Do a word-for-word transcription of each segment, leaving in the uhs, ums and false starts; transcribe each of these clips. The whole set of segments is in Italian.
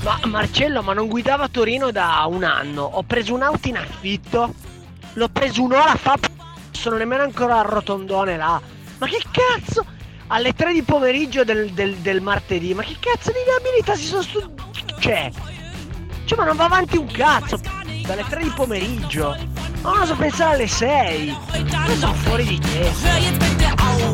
Ma Marcello, ma non guidavo a Torino da un anno. Ho preso un'auto in affitto. L'ho preso un'ora fa. Non sono nemmeno ancora al rotondone là. Ma che cazzo? Alle tre di pomeriggio del, del, del martedì. Ma che cazzo di inabilità si sono stu... Cioè Cioè ma non va avanti un cazzo. Dalle tre di pomeriggio. Ma non so pensare alle sei. Io sono fuori di testa.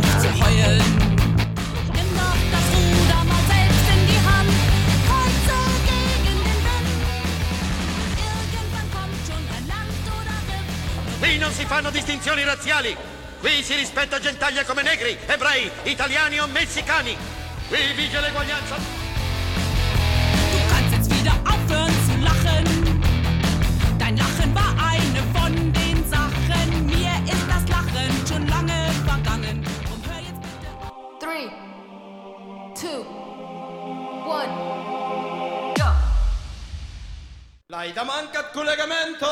Qui non si fanno distinzioni razziali. Qui si rispetta gentaglia come negri, ebrei, italiani o messicani. Qui vige l'eguaglianza. Du kannst jetzt wieder aufhören zu lachen. Dein Lachen war eine von den Sachen. Mir ist das Lachen schon lange vergangen. Und hör jetzt bitte. Three, two, one, go. L'hai da mancat collegamento.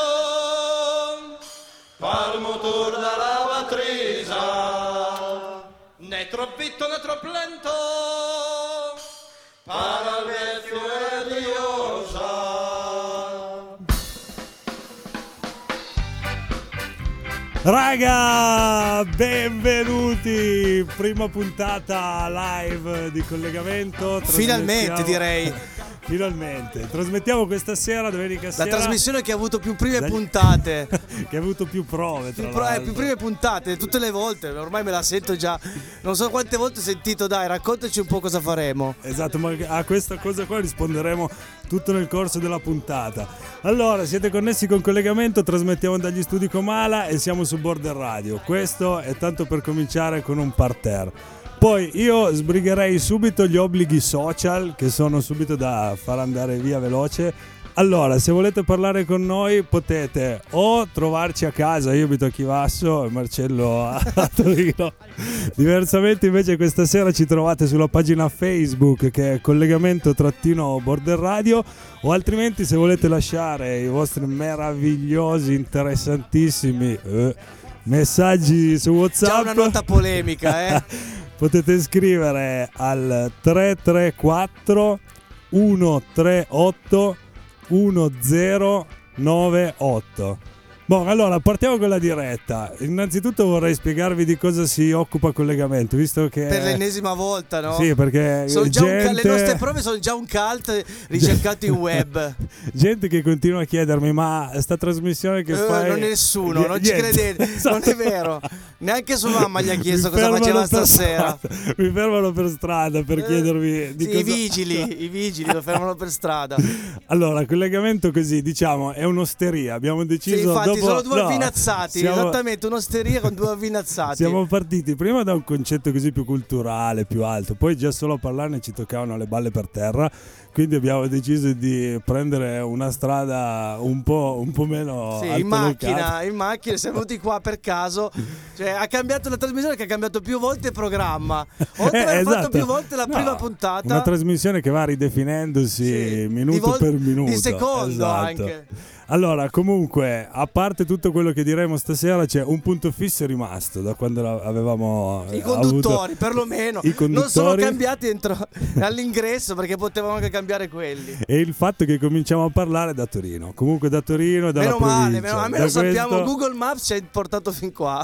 Pal motor da lavatrice, né troppo vitto né troppo lento, para il vecchio e diosa. Raga, benvenuti, prima puntata live di collegamento. Finalmente direi. Finalmente, trasmettiamo questa sera, domenica sera. La trasmissione che ha avuto più prime Dagli... puntate. Che ha avuto più prove, tra più, pro- eh, più prime puntate, tutte le volte, ormai me la sento già. Non so quante volte ho sentito, dai, raccontaci un po' cosa faremo. Esatto, ma a questa cosa qua risponderemo tutto nel corso della puntata. Allora, siete connessi con collegamento, trasmettiamo dagli studi Comala e siamo su Border Radio. Questo è tanto per cominciare con un parterre. Poi io sbrigherei subito gli obblighi social che sono subito da far andare via veloce. Allora, se volete parlare con noi potete o trovarci a casa, io abito a Chivasso e Marcello a Torino. Diversamente invece questa sera ci trovate sulla pagina Facebook che è collegamento trattino Border Radio, o altrimenti se volete lasciare i vostri meravigliosi, interessantissimi eh, messaggi su WhatsApp. Già una nota polemica, eh. Potete scrivere al tre tre quattro uno tre otto uno zero nove otto. Bon, allora partiamo con la diretta. Innanzitutto vorrei spiegarvi di cosa si occupa collegamento, visto che per l'ennesima volta, no? Sì, perché sono già gente... un, le nostre prove sono già un cult ricercato in web. Gente che continua a chiedermi: ma sta trasmissione che uh, fai? Non è nessuno, non ci credete, non è vero. Neanche sua mamma gli ha chiesto cosa faceva stasera. Strada. Mi fermano per strada per uh, chiedermi di sì, cosa... I vigili, i vigili lo fermano per strada. Allora, collegamento così, diciamo, è un'osteria. Abbiamo deciso sì, infatti, dopo... sono due no, avvinazzati, siamo... esattamente, un'osteria con due avvinazzati. Siamo partiti prima da un concetto così più culturale, più alto, poi già solo a parlarne ci toccavano le balle per terra, quindi abbiamo deciso di prendere una strada un po', un po' meno sì, in macchina, in macchina, siamo venuti qua per caso, cioè ha cambiato la trasmissione che ha cambiato più volte il programma, oltre eh, ad aver esatto. fatto più volte la no, prima puntata. Una trasmissione che va ridefinendosi sì, minuto vol- per minuto. Di secondo esatto. anche. Allora, comunque, a parte tutto quello che diremo stasera, c'è un punto fisso rimasto da quando avevamo i conduttori, avuto... perlomeno I conduttori. Non sono cambiati entro... all'ingresso, perché potevamo anche cambiare quelli. E il fatto che cominciamo a parlare da Torino. Comunque da Torino, dalla meno provincia. Male, meno male, almeno da sappiamo, questo... Google Maps ci ha portato fin qua.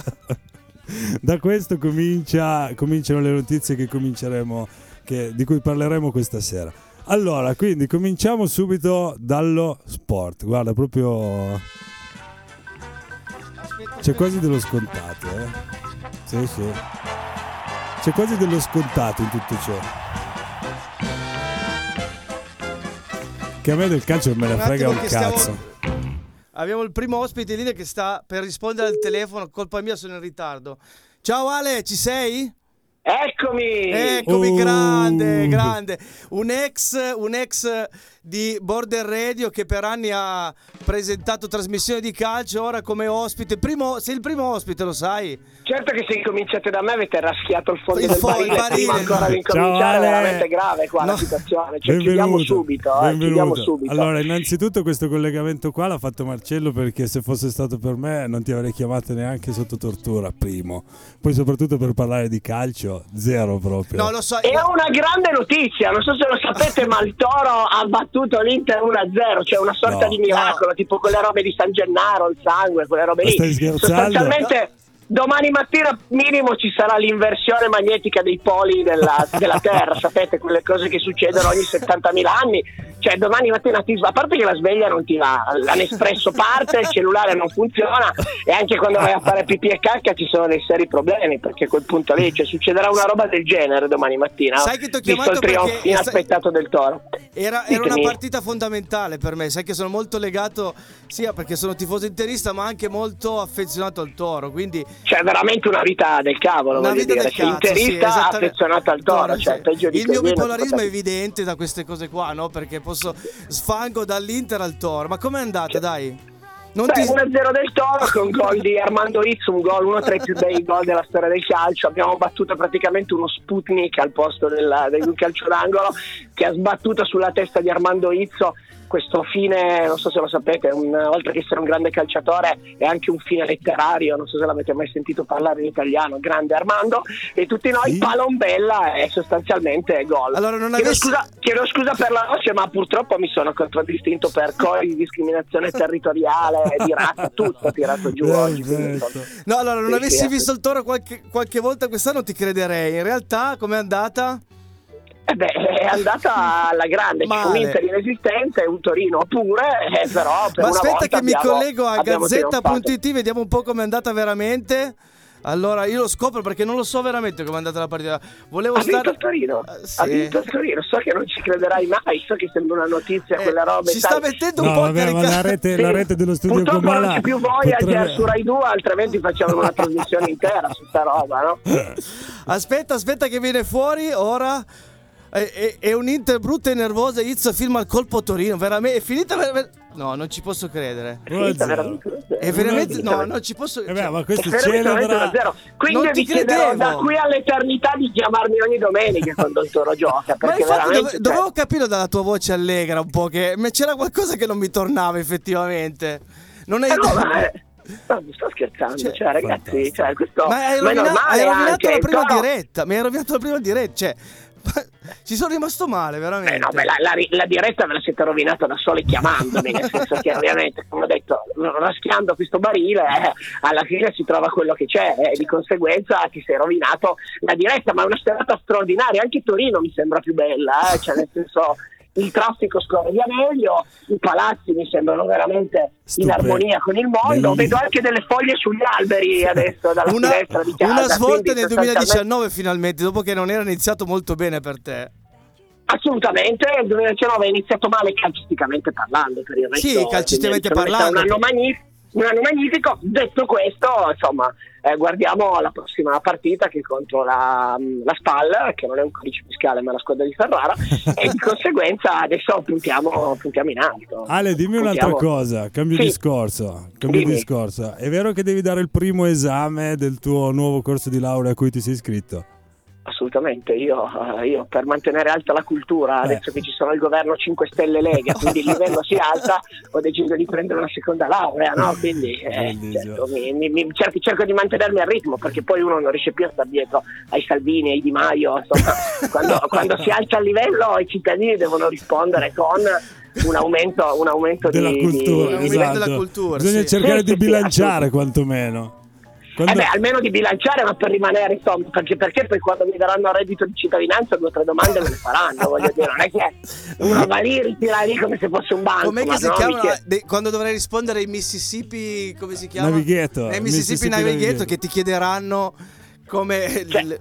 Da questo comincia, cominciano le notizie che cominceremo, che, di cui parleremo questa sera. Allora, quindi cominciamo subito dallo sport. Guarda, proprio c'è quasi dello scontato, eh? Sì, sì. C'è quasi dello scontato in tutto ciò. Che a me del calcio me ne frega un cazzo. Stiamo... Abbiamo il primo ospite in linea che sta per rispondere al telefono, colpa mia, sono in ritardo. Ciao Ale, ci sei? Eccomi! Eccomi, uh. grande, grande. Un ex, un ex di Border Radio che per anni ha presentato trasmissioni di calcio, ora come ospite. Primo, sei il primo ospite, lo sai? Certo che se incominciate da me avete raschiato il fondo il del fo- barile, il barile. Prima ancora di incominciare, è veramente grave qua no. la situazione. Cioè, chiudiamo subito, eh, chiudiamo subito. Allora, innanzitutto questo collegamento qua l'ha fatto Marcello, perché se fosse stato per me non ti avrei chiamato neanche sotto tortura, primo. Poi soprattutto per parlare di calcio zero, zero proprio. No, lo so. È una grande notizia, non so se lo sapete, ma il Toro ha battuto l'Inter uno a zero, cioè una sorta No. di miracolo, tipo quelle robe di San Gennaro, il sangue, quelle robe Ma lì. stai scherzando? Sostanzialmente domani mattina minimo ci sarà l'inversione magnetica dei poli della, della Terra, sapete, quelle cose che succedono ogni settantamila anni. Cioè domani mattina ti a parte che la sveglia non ti va, l'Anespresso parte, il cellulare non funziona e anche quando vai a fare pipì e cacca ci sono dei seri problemi, perché a quel punto lì cioè, succederà una roba del genere domani mattina. Sai che ti ho visto chiamato il trionfo perché- inaspettato del Toro. Era, era una Ditemi. partita fondamentale per me, sai che sono molto legato sia perché sono tifoso interista ma anche molto affezionato al Toro, quindi Cioè veramente una vita del cavolo, una voglio vita dire, del sei cazzo, sì, interista esattamente. affezionato al Toro, cioè sì. peggio di Il mio così non bipolarismo è potrebbe- evidente da queste cose qua, no? Perché posso sfango dall'Inter al Toro. Ma com'è andata, dai? Non Beh, ti... uno a zero del Toro con gol di Armando Izzo, un gol, uno tra i più bei gol della storia del calcio. Abbiamo battuto praticamente uno Sputnik al posto della, del calcio d'angolo, che ha sbattuto sulla testa di Armando Izzo questo fine, non so se lo sapete, un, oltre che essere un grande calciatore è anche un fine letterario, non so se l'avete mai sentito parlare in italiano, grande Armando, e tutti noi Sì. palombella è sostanzialmente gol. Allora, non chiedo, avessi- scusa, chiedo scusa per la voce, ma purtroppo mi sono contraddistinto per cori di discriminazione territoriale, di razza, tutto tirato giù oggi. quindi, Perfetto. insomma. No, allora, non Sì, avessi sì, visto il Toro qualche, qualche volta quest'anno ti crederei. In realtà, com'è andata? Eh beh, è andata alla grande, c'è Male. un Inter inesistente, un Torino pure, eh, però per Ma una aspetta volta che mi abbiamo- collego a abbiamo gazzetta punto trionfato. it, vediamo un po' com'è andata veramente. Allora, io lo scopro perché non lo so veramente com'è andata la partita. Volevo Ha vinto stare il Torino, Eh, sì. ha vinto il Torino, so che non ci crederai mai, so che sembra una notizia Eh, quella roba. ci sai. sta mettendo un No, po' vabbè, ma carica- la rete, Sì. la rete dello studio Purtroppo Comala non c'è più Voyager potrebbe- su Rai due, altrimenti facciamo una trasmissione intera su sta roba, no? Aspetta, aspetta che viene fuori ora. È, è- è un Inter brutta e nervosa. Izzo firma il colpo Torino. Veramente è finita. ver- ver- No, non ci posso credere. uno a Finita zero. veramente uno a zero. È veramente. Finita No, veramente- non ci posso. Eh beh, cioè, ma questo È veramente uno celebra a zero. Quindi Non ti vi chiederò credevo. da qui all'eternità di chiamarmi ogni domenica quando il Toro gioca, Ma perché infatti veramente dove- cioè, dovevo capire dalla tua voce allegra un po' che ma c'era qualcosa che non mi tornava effettivamente. Non hai Eh no, idea. ma, eh, no, mi sto scherzando, Cioè, cioè, ragazzi, fantastico. cioè, questo Ma hai ma è rovina- normale hai rovinato anche, la il prima Toro- diretta. Mi hai rovinato la prima diretta. Cioè, ci sono rimasto male, veramente. Eh no, beh, la, la, la diretta ve la siete rovinata da sole chiamandomi, nel senso che ovviamente, come ho detto, raschiando questo barile, eh, alla fine si trova quello che c'è e di conseguenza ti sei rovinato la diretta, ma è una serata straordinaria, anche Torino mi sembra più bella, eh, cioè nel senso il traffico scorre via meglio, i palazzi mi sembrano veramente in Stupendo. armonia con il mondo, Bellissimo. vedo anche delle foglie sugli alberi adesso dalla una, finestra di casa. una svolta quindi nel sostanzialmente- duemiladiciannove finalmente, dopo che non era iniziato molto bene per te. Assolutamente, il duemiladiciannove è iniziato male calcisticamente parlando, per il resto Sì, calcisticamente il duemiladiciannove è stato parlando. un anno, magni- un anno magnifico. Detto questo, insomma, eh, guardiamo la prossima partita che è contro la, la Spal, che non è un codice fiscale ma la squadra di Ferrara, e di conseguenza adesso puntiamo, puntiamo in alto. Ale, dimmi un'altra Puntiamo- cosa, cambio Sì. discorso, cambio Dimmi. discorso. È vero che devi dare il primo esame del tuo nuovo corso di laurea a cui ti sei iscritto? Assolutamente, io, eh, io per mantenere alta la cultura, Beh. adesso che ci sono il governo cinque Stelle Lega, quindi il livello si alza, ho deciso di prendere una seconda laurea, no? Quindi eh, Bellissimo. certo, mi, mi- mi- cerco, cerco di mantenermi al ritmo, perché poi uno non riesce più a stare dietro ai Salvini, ai Di Maio, insomma, quando, quando si alza il livello i cittadini devono rispondere con un aumento, un aumento Della di, cultura, di- Un esatto. livello della cultura, Bisogna sì. cercare Sì, di sì, sì, bilanciare quantomeno. Quando- Eh beh, almeno di bilanciare, ma per rimanere, insomma, perché, perché poi quando mi daranno il reddito di cittadinanza due o tre domande me le faranno, voglio dire, non è che uno va lì, ritira lì come se fosse un banco. Com'è ma che si no, chiama mi chiede- de- quando dovrai rispondere ai Mississippi, come si chiama? Navigator, Ai Mississippi, Mississippi Navigator, Navigator. che ti chiederanno come Cioè, il-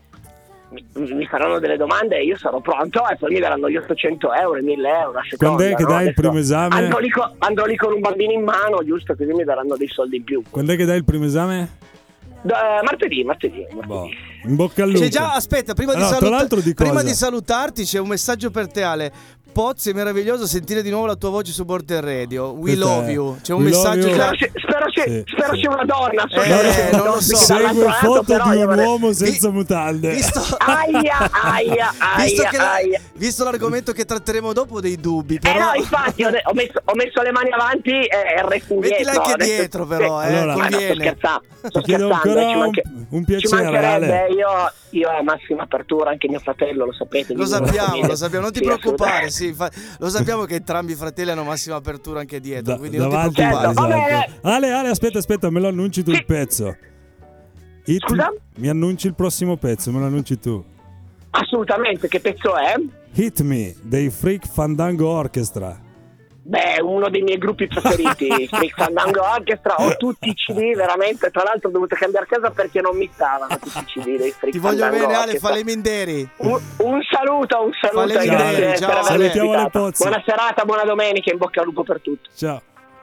mi, mi faranno delle domande e io sarò pronto e poi mi daranno gli ottocento euro, i mille euro a seconda. Quando è che no? dai il Adesso primo esame? Andrò lì, co- andrò lì con un bambino in mano, giusto, così mi daranno dei soldi in più. Quando è che dai il primo esame? Da- martedì, martedì. martedì. Boh, in bocca al lupo. C'è già, aspetta, prima, Ah, di, no, tra saluta- l'altro di prima cosa? di salutarti c'è un messaggio per te, Ale. Pozzi, è meraviglioso sentire di nuovo la tua voce su Border Radio. We Questo love è- you. C'è un We love messaggio you. già. Spero, si- spero sia, Sì, spero sì. sia una donna. So Eh, che- non lo so. che Segue dall'altro lato, foto però di io un vorrei- uomo senza Vi- mutande. Visto, Aia, aia, visto, aia, che la- aia. visto l'argomento che tratteremo dopo, ho dei dubbi. Eh Però... no, infatti ho, de- ho messo, ho messo le mani avanti e il resto indietro. Mettila anche Ho detto- dietro, però, sì. eh, Allora- Ma no, sto conviene. scherzando, sto Ti chiedo scherzando, ancora ci un, manche- un Ci piacere, mancherebbe, Ale. io, io ho massima apertura, anche mio fratello, lo sapete. Lo vivo con la sappiamo, famiglia. lo sappiamo, non ti Sì, preoccupare, assolutamente. sì, fa- lo sappiamo che entrambi i fratelli hanno massima apertura anche dietro, Da- quindi non ti davanti, preoccupare. Certo, va bene. esatto. Ale, Ale, aspetta, aspetta, me lo annunci tu Sì. il pezzo. Hit- Scusa? Mi annunci il prossimo pezzo, me lo annunci tu. Assolutamente, che pezzo è? Hit Me dei Freak Fandango Orchestra. Beh, uno dei miei gruppi preferiti, Freak Fandango Orchestra, ho tutti i C D, veramente, tra l'altro ho dovuto cambiare casa perché non mi stavano tutti i C D dei Freak Ti voglio Fandango bene Ale, Orchestra. fa le minderi. Un, un saluto, un saluto, Falle grazie vedere, per ciao. avermi Salutiamo le invitato. Pozzi. Buona serata, buona domenica, in bocca al lupo per tutto. Ciao.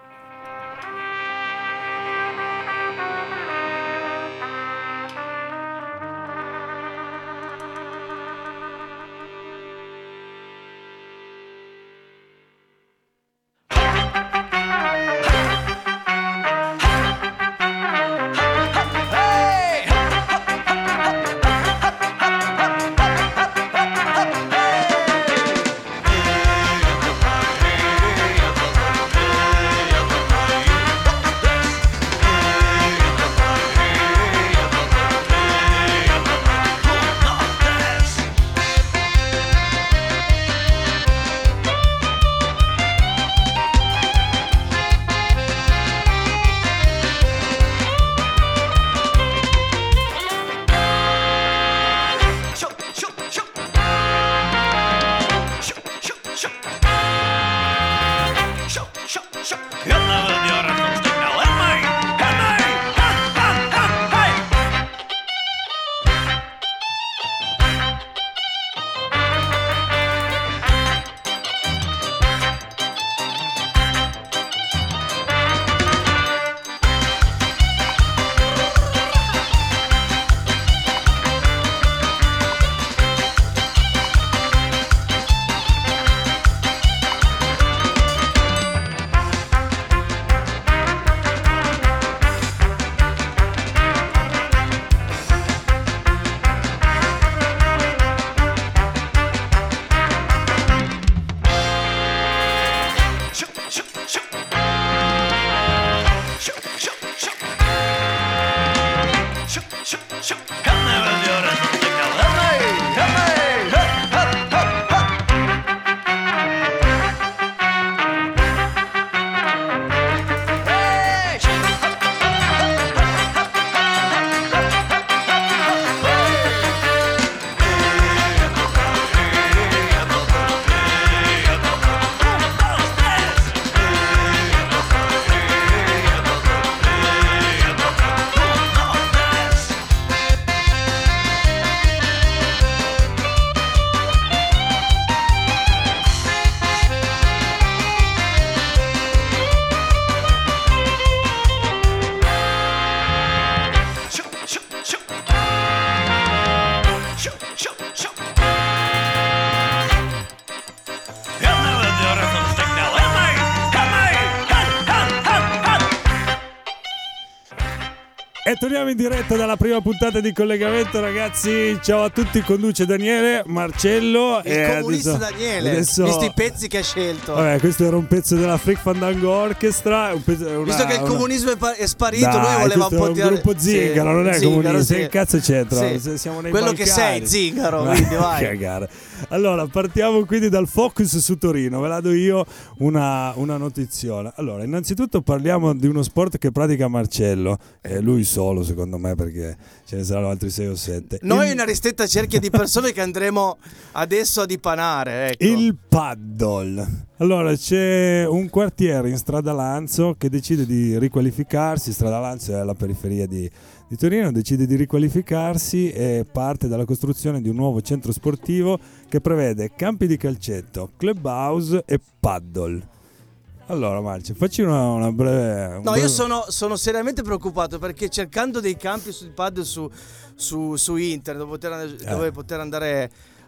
E torniamo in diretta dalla prima puntata di collegamento, ragazzi. Ciao a tutti, conduce Daniele Marcello. Il e comunista adesso- Daniele, adesso- visto i pezzi che ha scelto. Vabbè, questo era un pezzo della Freak Fandango Orchestra. Un pezzo, una, Visto che il una- comunismo è, pa- è sparito, Dai, lui voleva un questo po' è un tirare. gruppo zingaro, non è zingaro, comunista. sì. Che cazzo c'entra? Sì. Se siamo nei Quello che Balcani. sei, zingaro, quindi vai. Cagare. Allora, partiamo quindi dal focus su Torino. Ve la do io una, una notiziona. Allora, innanzitutto parliamo di uno sport che pratica Marcello. E lui solo, secondo me, perché ce ne saranno altri sei o sette. Noi Il- una ristretta cerchia di persone che andremo adesso a dipanare. Ecco. Il paddle. Allora, c'è un quartiere in Strada Lanzo che decide di riqualificarsi. Strada Lanzo è alla periferia di, di Torino, decide di riqualificarsi e parte dalla costruzione di un nuovo centro sportivo che prevede campi di calcetto, clubhouse e paddle. Allora, Marci, facci una, una breve... un No, breve- io sono, sono seriamente preoccupato perché cercando dei campi sul paddle su, su, su internet dove poter, Eh. dove poter andare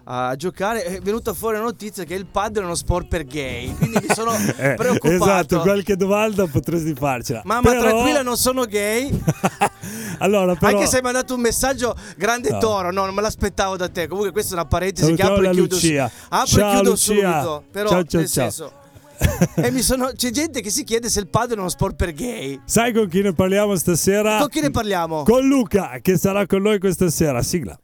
a giocare, è venuta fuori la notizia che il paddle è uno sport per gay, quindi mi sono Eh, preoccupato. esatto, qualche domanda potresti farcela. Mamma, Però- tranquilla, non sono gay. Allora, però... Anche se hai mandato un messaggio grande No. toro, no, non me l'aspettavo da te. Comunque questa è una parentesi che Salutiamo apro e la chiudo, Lucia. apro Ciao, e chiudo Lucia. subito. Però Ciao, ciao, nel ciao. senso e mi sono, c'è gente che si chiede se il padre è uno sport per gay. Sai con chi ne parliamo stasera? Con chi ne parliamo? Con Luca, che sarà con noi questa sera. Sigla.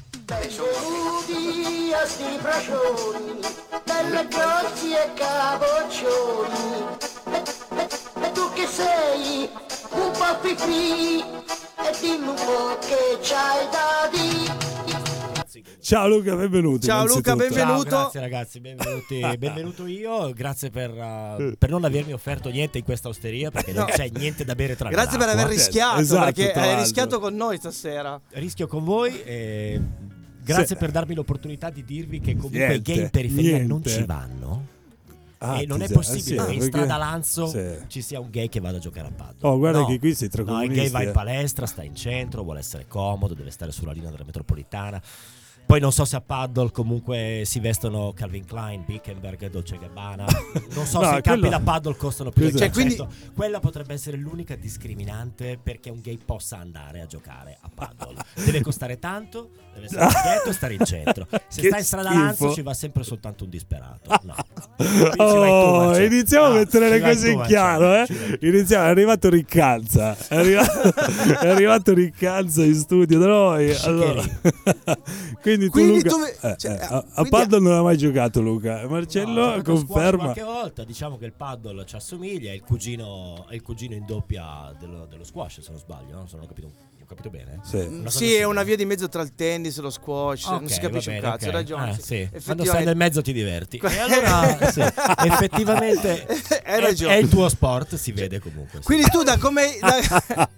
Saluti a sti bracioni, belle grossi e capoccioni. E, e tu che sei un po' pipì, e dimmi un po' che c'hai da dire. Ciao Luca, benvenuto. Ciao Luca, innanzitutto. benvenuto. Ciao, grazie ragazzi, benvenuti, benvenuto io, grazie per, uh, per non avermi offerto niente in questa osteria perché non No. c'è niente da bere tra Grazie per aver rischiato, Esatto, perché tra hai l'altro. rischiato con noi stasera. Rischio con voi e grazie Sì. per darmi l'opportunità di dirvi che comunque Niente, i gay in periferia non niente. ci vanno. Ah, e non ti è sa- possibile sì, che in perché- strada Lanzo sì. ci sia un gay che vada a giocare a paddle. Oh, guarda No. che qui sei tra No, il comunisti. gay va in eh. palestra, sta in centro, vuole essere comodo, deve stare sulla linea della metropolitana. Poi non so se a paddle comunque si vestono Calvin Klein, Bickenberg, Dolce Gabbana. Non so No, se i campi quello- da paddle costano più del Cioè, concetto. quindi- Quella potrebbe essere l'unica discriminante perché un gay possa andare a giocare a paddle. Deve costare tanto, deve essere dietro e stare in centro. Se Che sta in strada schifo. Lanzo ci va sempre soltanto un disperato. No. Quindi ci vai tu, Oh, Marcello. iniziamo a No, mettere ci le vai cose tu, in Marcello, chiaro, eh. ci vai tu. Iniziamo, è arrivato Riccanza. È arrivato, è arrivato Riccanza in studio da noi. Allora. Quindi tu, Quindi Luca, tu- eh, cioè, eh, a, a quindi- paddle non ha mai giocato Luca. Marcello No, ho giocato a squash conferma. qualche volta, diciamo che il paddle ci assomiglia, è il cugino, è il cugino in doppia dello, dello squash, se non sbaglio, no? Se non ho capito, ho capito bene. Sì. Una cosa Sì, è simile. una via di mezzo tra il tennis e lo squash, non Ok, si capisce va un bene, cazzo, ok. hai ragione. Ah, sì. sì. Quando Effettivamente- stai nel mezzo ti diverti. E allora sì, effettivamente Hai è, ragione. è il tuo sport, si vede comunque. sì. Quindi tu da come da-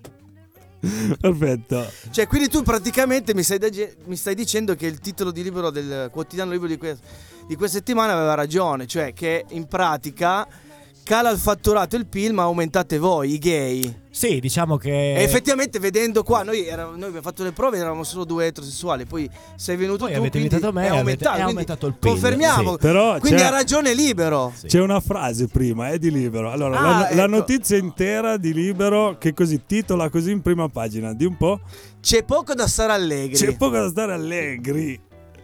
Perfetto. cioè quindi tu praticamente mi stai, dage- mi stai dicendo che il titolo di libro del quotidiano libro di, que- di questa settimana aveva ragione, cioè che in pratica cala il fatturato il P I L ma aumentate voi, i gay. Sì, diciamo che E effettivamente vedendo qua, noi, eravamo- noi abbiamo fatto le prove, eravamo solo due eterosessuali, poi sei venuto Poi tu, avete quindi invitato me è e avete- aumentato, è quindi aumentato il P I L, confermiamo, sì. Però quindi c'è- ha ragione Libero. Sì. C'è una frase prima, è di Libero. Allora, Ah, la, la ecco. notizia intera di Libero, che così titola così in prima pagina. Di un po'. C'è poco da stare allegri. C'è poco da stare allegri.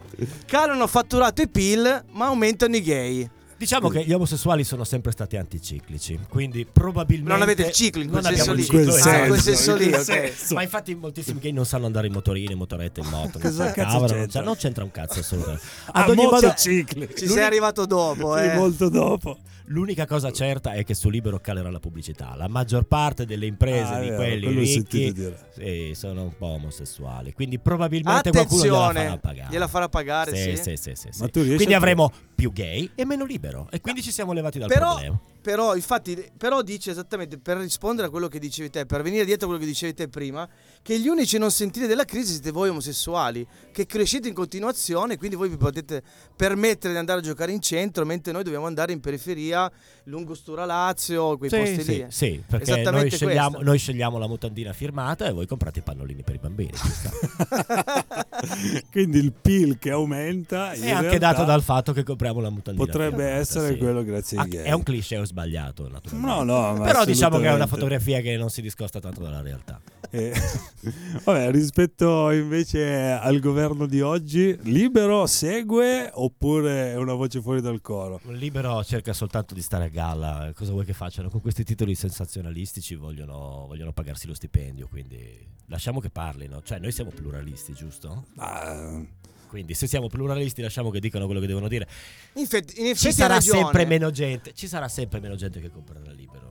Calano fatturato i P I L ma aumentano i gay. Diciamo che gli omosessuali sono sempre stati anticiclici, quindi probabilmente Non avete il ciclo in quel non senso abbiamo lì. il ciclo, In quel esatto. Ah, in quel senso, senso in lì, quel ok. senso. Ma infatti moltissimi gay non sanno andare in motorino, in motoretta, in moto. Cosa non cazzo cavolo, c'entra? non, c'è- non c'entra un cazzo assolutamente. Ah, Ad ogni modo, motocicli. Ci sei arrivato dopo, Sì, eh. molto dopo. l'unica cosa certa è che su Libero calerà la pubblicità. La maggior parte delle imprese Ah, è di vero, quelli quello ho sentito ricchi dire. sì, sono un po' omosessuali. Quindi probabilmente qualcuno gliela farà Attenzione, pagare. gliela farà pagare, Sì, sì. sì, sì, sì, sì. Ma tu riesci Quindi a- avremo più gay e meno libero. E quindi ci siamo levati dal Però, problema. però, infatti, però dice esattamente per rispondere a quello che dicevi te, per venire dietro a quello che dicevi te prima, che gli unici non sentire della crisi siete voi omosessuali, che crescete in continuazione, quindi voi vi potete permettere di andare a giocare in centro, mentre noi dobbiamo andare in periferia, lungo Stura Lazio, quei Sì, posti sì, lì. sì, perché noi Esattamente scegliamo, questo. noi scegliamo la mutandina firmata e voi comprate i pannolini per i bambini. ci sta. Quindi il P I L che aumenta in È anche realtà dato dal fatto che compriamo la mutandina potrebbe firmata, essere sì. quello grazie ai Ah, gay. È un cliché sbagliato, naturalmente. No, no, ma Però diciamo che è una assolutamente. fotografia che non si discosta tanto dalla realtà. Eh, vabbè, rispetto invece al governo di oggi, Libero segue oppure è una voce fuori dal coro? Un libero cerca soltanto di stare a galla. Cosa vuoi che facciano? Con questi titoli sensazionalistici vogliono, vogliono pagarsi lo stipendio, quindi lasciamo che parlino. Cioè, noi siamo pluralisti, giusto? Ah, Quindi se siamo pluralisti lasciamo che dicano quello che devono dire. In effetti, in effetti Ci hai sarà ragione. sempre meno gente. Ci sarà sempre meno gente che comprerà libero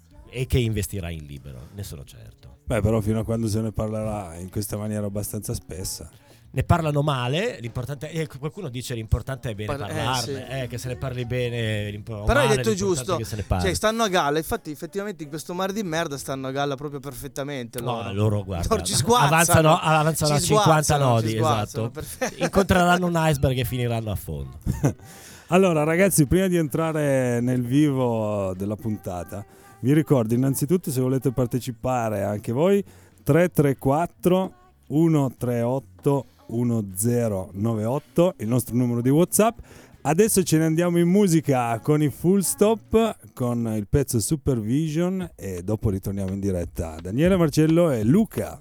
e che investirà in libero, ne sono certo. beh, però fino a quando se ne parlerà in questa maniera abbastanza spessa. Ne parlano male, l'importante è, qualcuno dice l'importante è bene Parla- eh, parlarne, sì. eh, che se ne parli bene, l'impo- Però hai male, detto l'importante giusto, è che se ne parli. cioè stanno a galla, infatti effettivamente in questo mar di merda stanno a galla proprio perfettamente No, loro. loro guarda, Loro ci sguazzano. avanzano, avanzano a Ci cinquanta sguazzano, nodi, ci sguazzano, esatto. perfetto. Incontreranno un iceberg e finiranno a fondo. Allora ragazzi, prima di entrare nel vivo della puntata, vi ricordo innanzitutto, se volete partecipare anche voi, tre tre quattro uno tre otto uno zero nove otto, il nostro numero di WhatsApp. Adesso ce ne andiamo in musica con i Full Stop, con il pezzo Supervision, e dopo ritorniamo in diretta. Daniele, Marcello e Luca.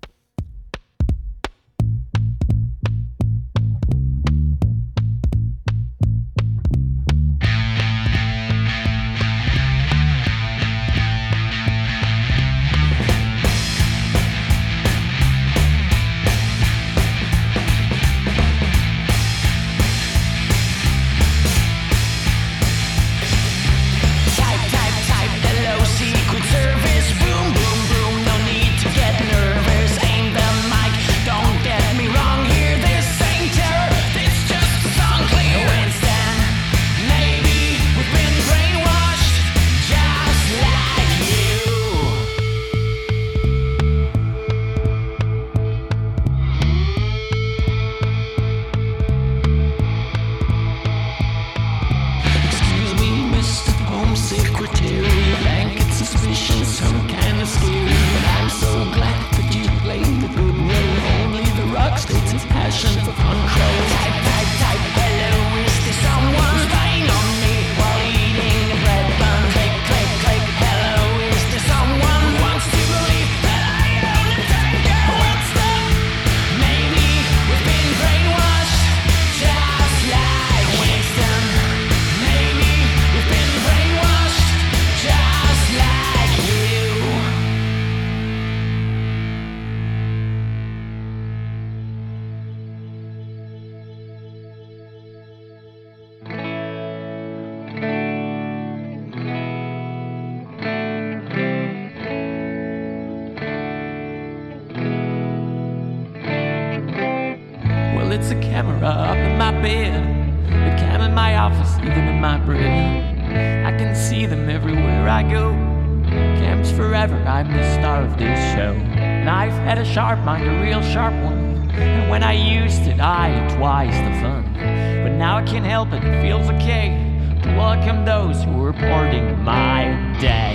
Sharp mind, a real sharp one. And when I used it, I had twice the fun. But now I can't help it, it feels okay to welcome those who are boarding my day.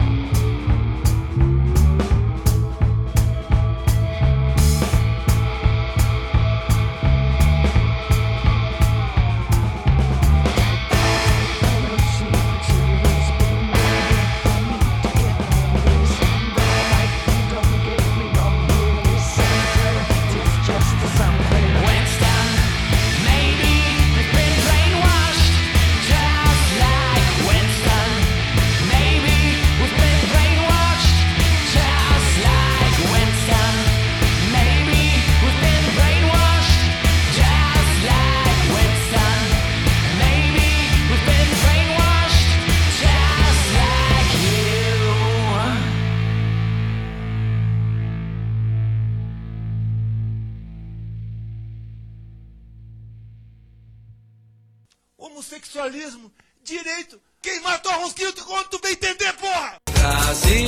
Homossexualismo, direito, quem matou a Rosquilha, quando tu bem entender, porra! Brasil,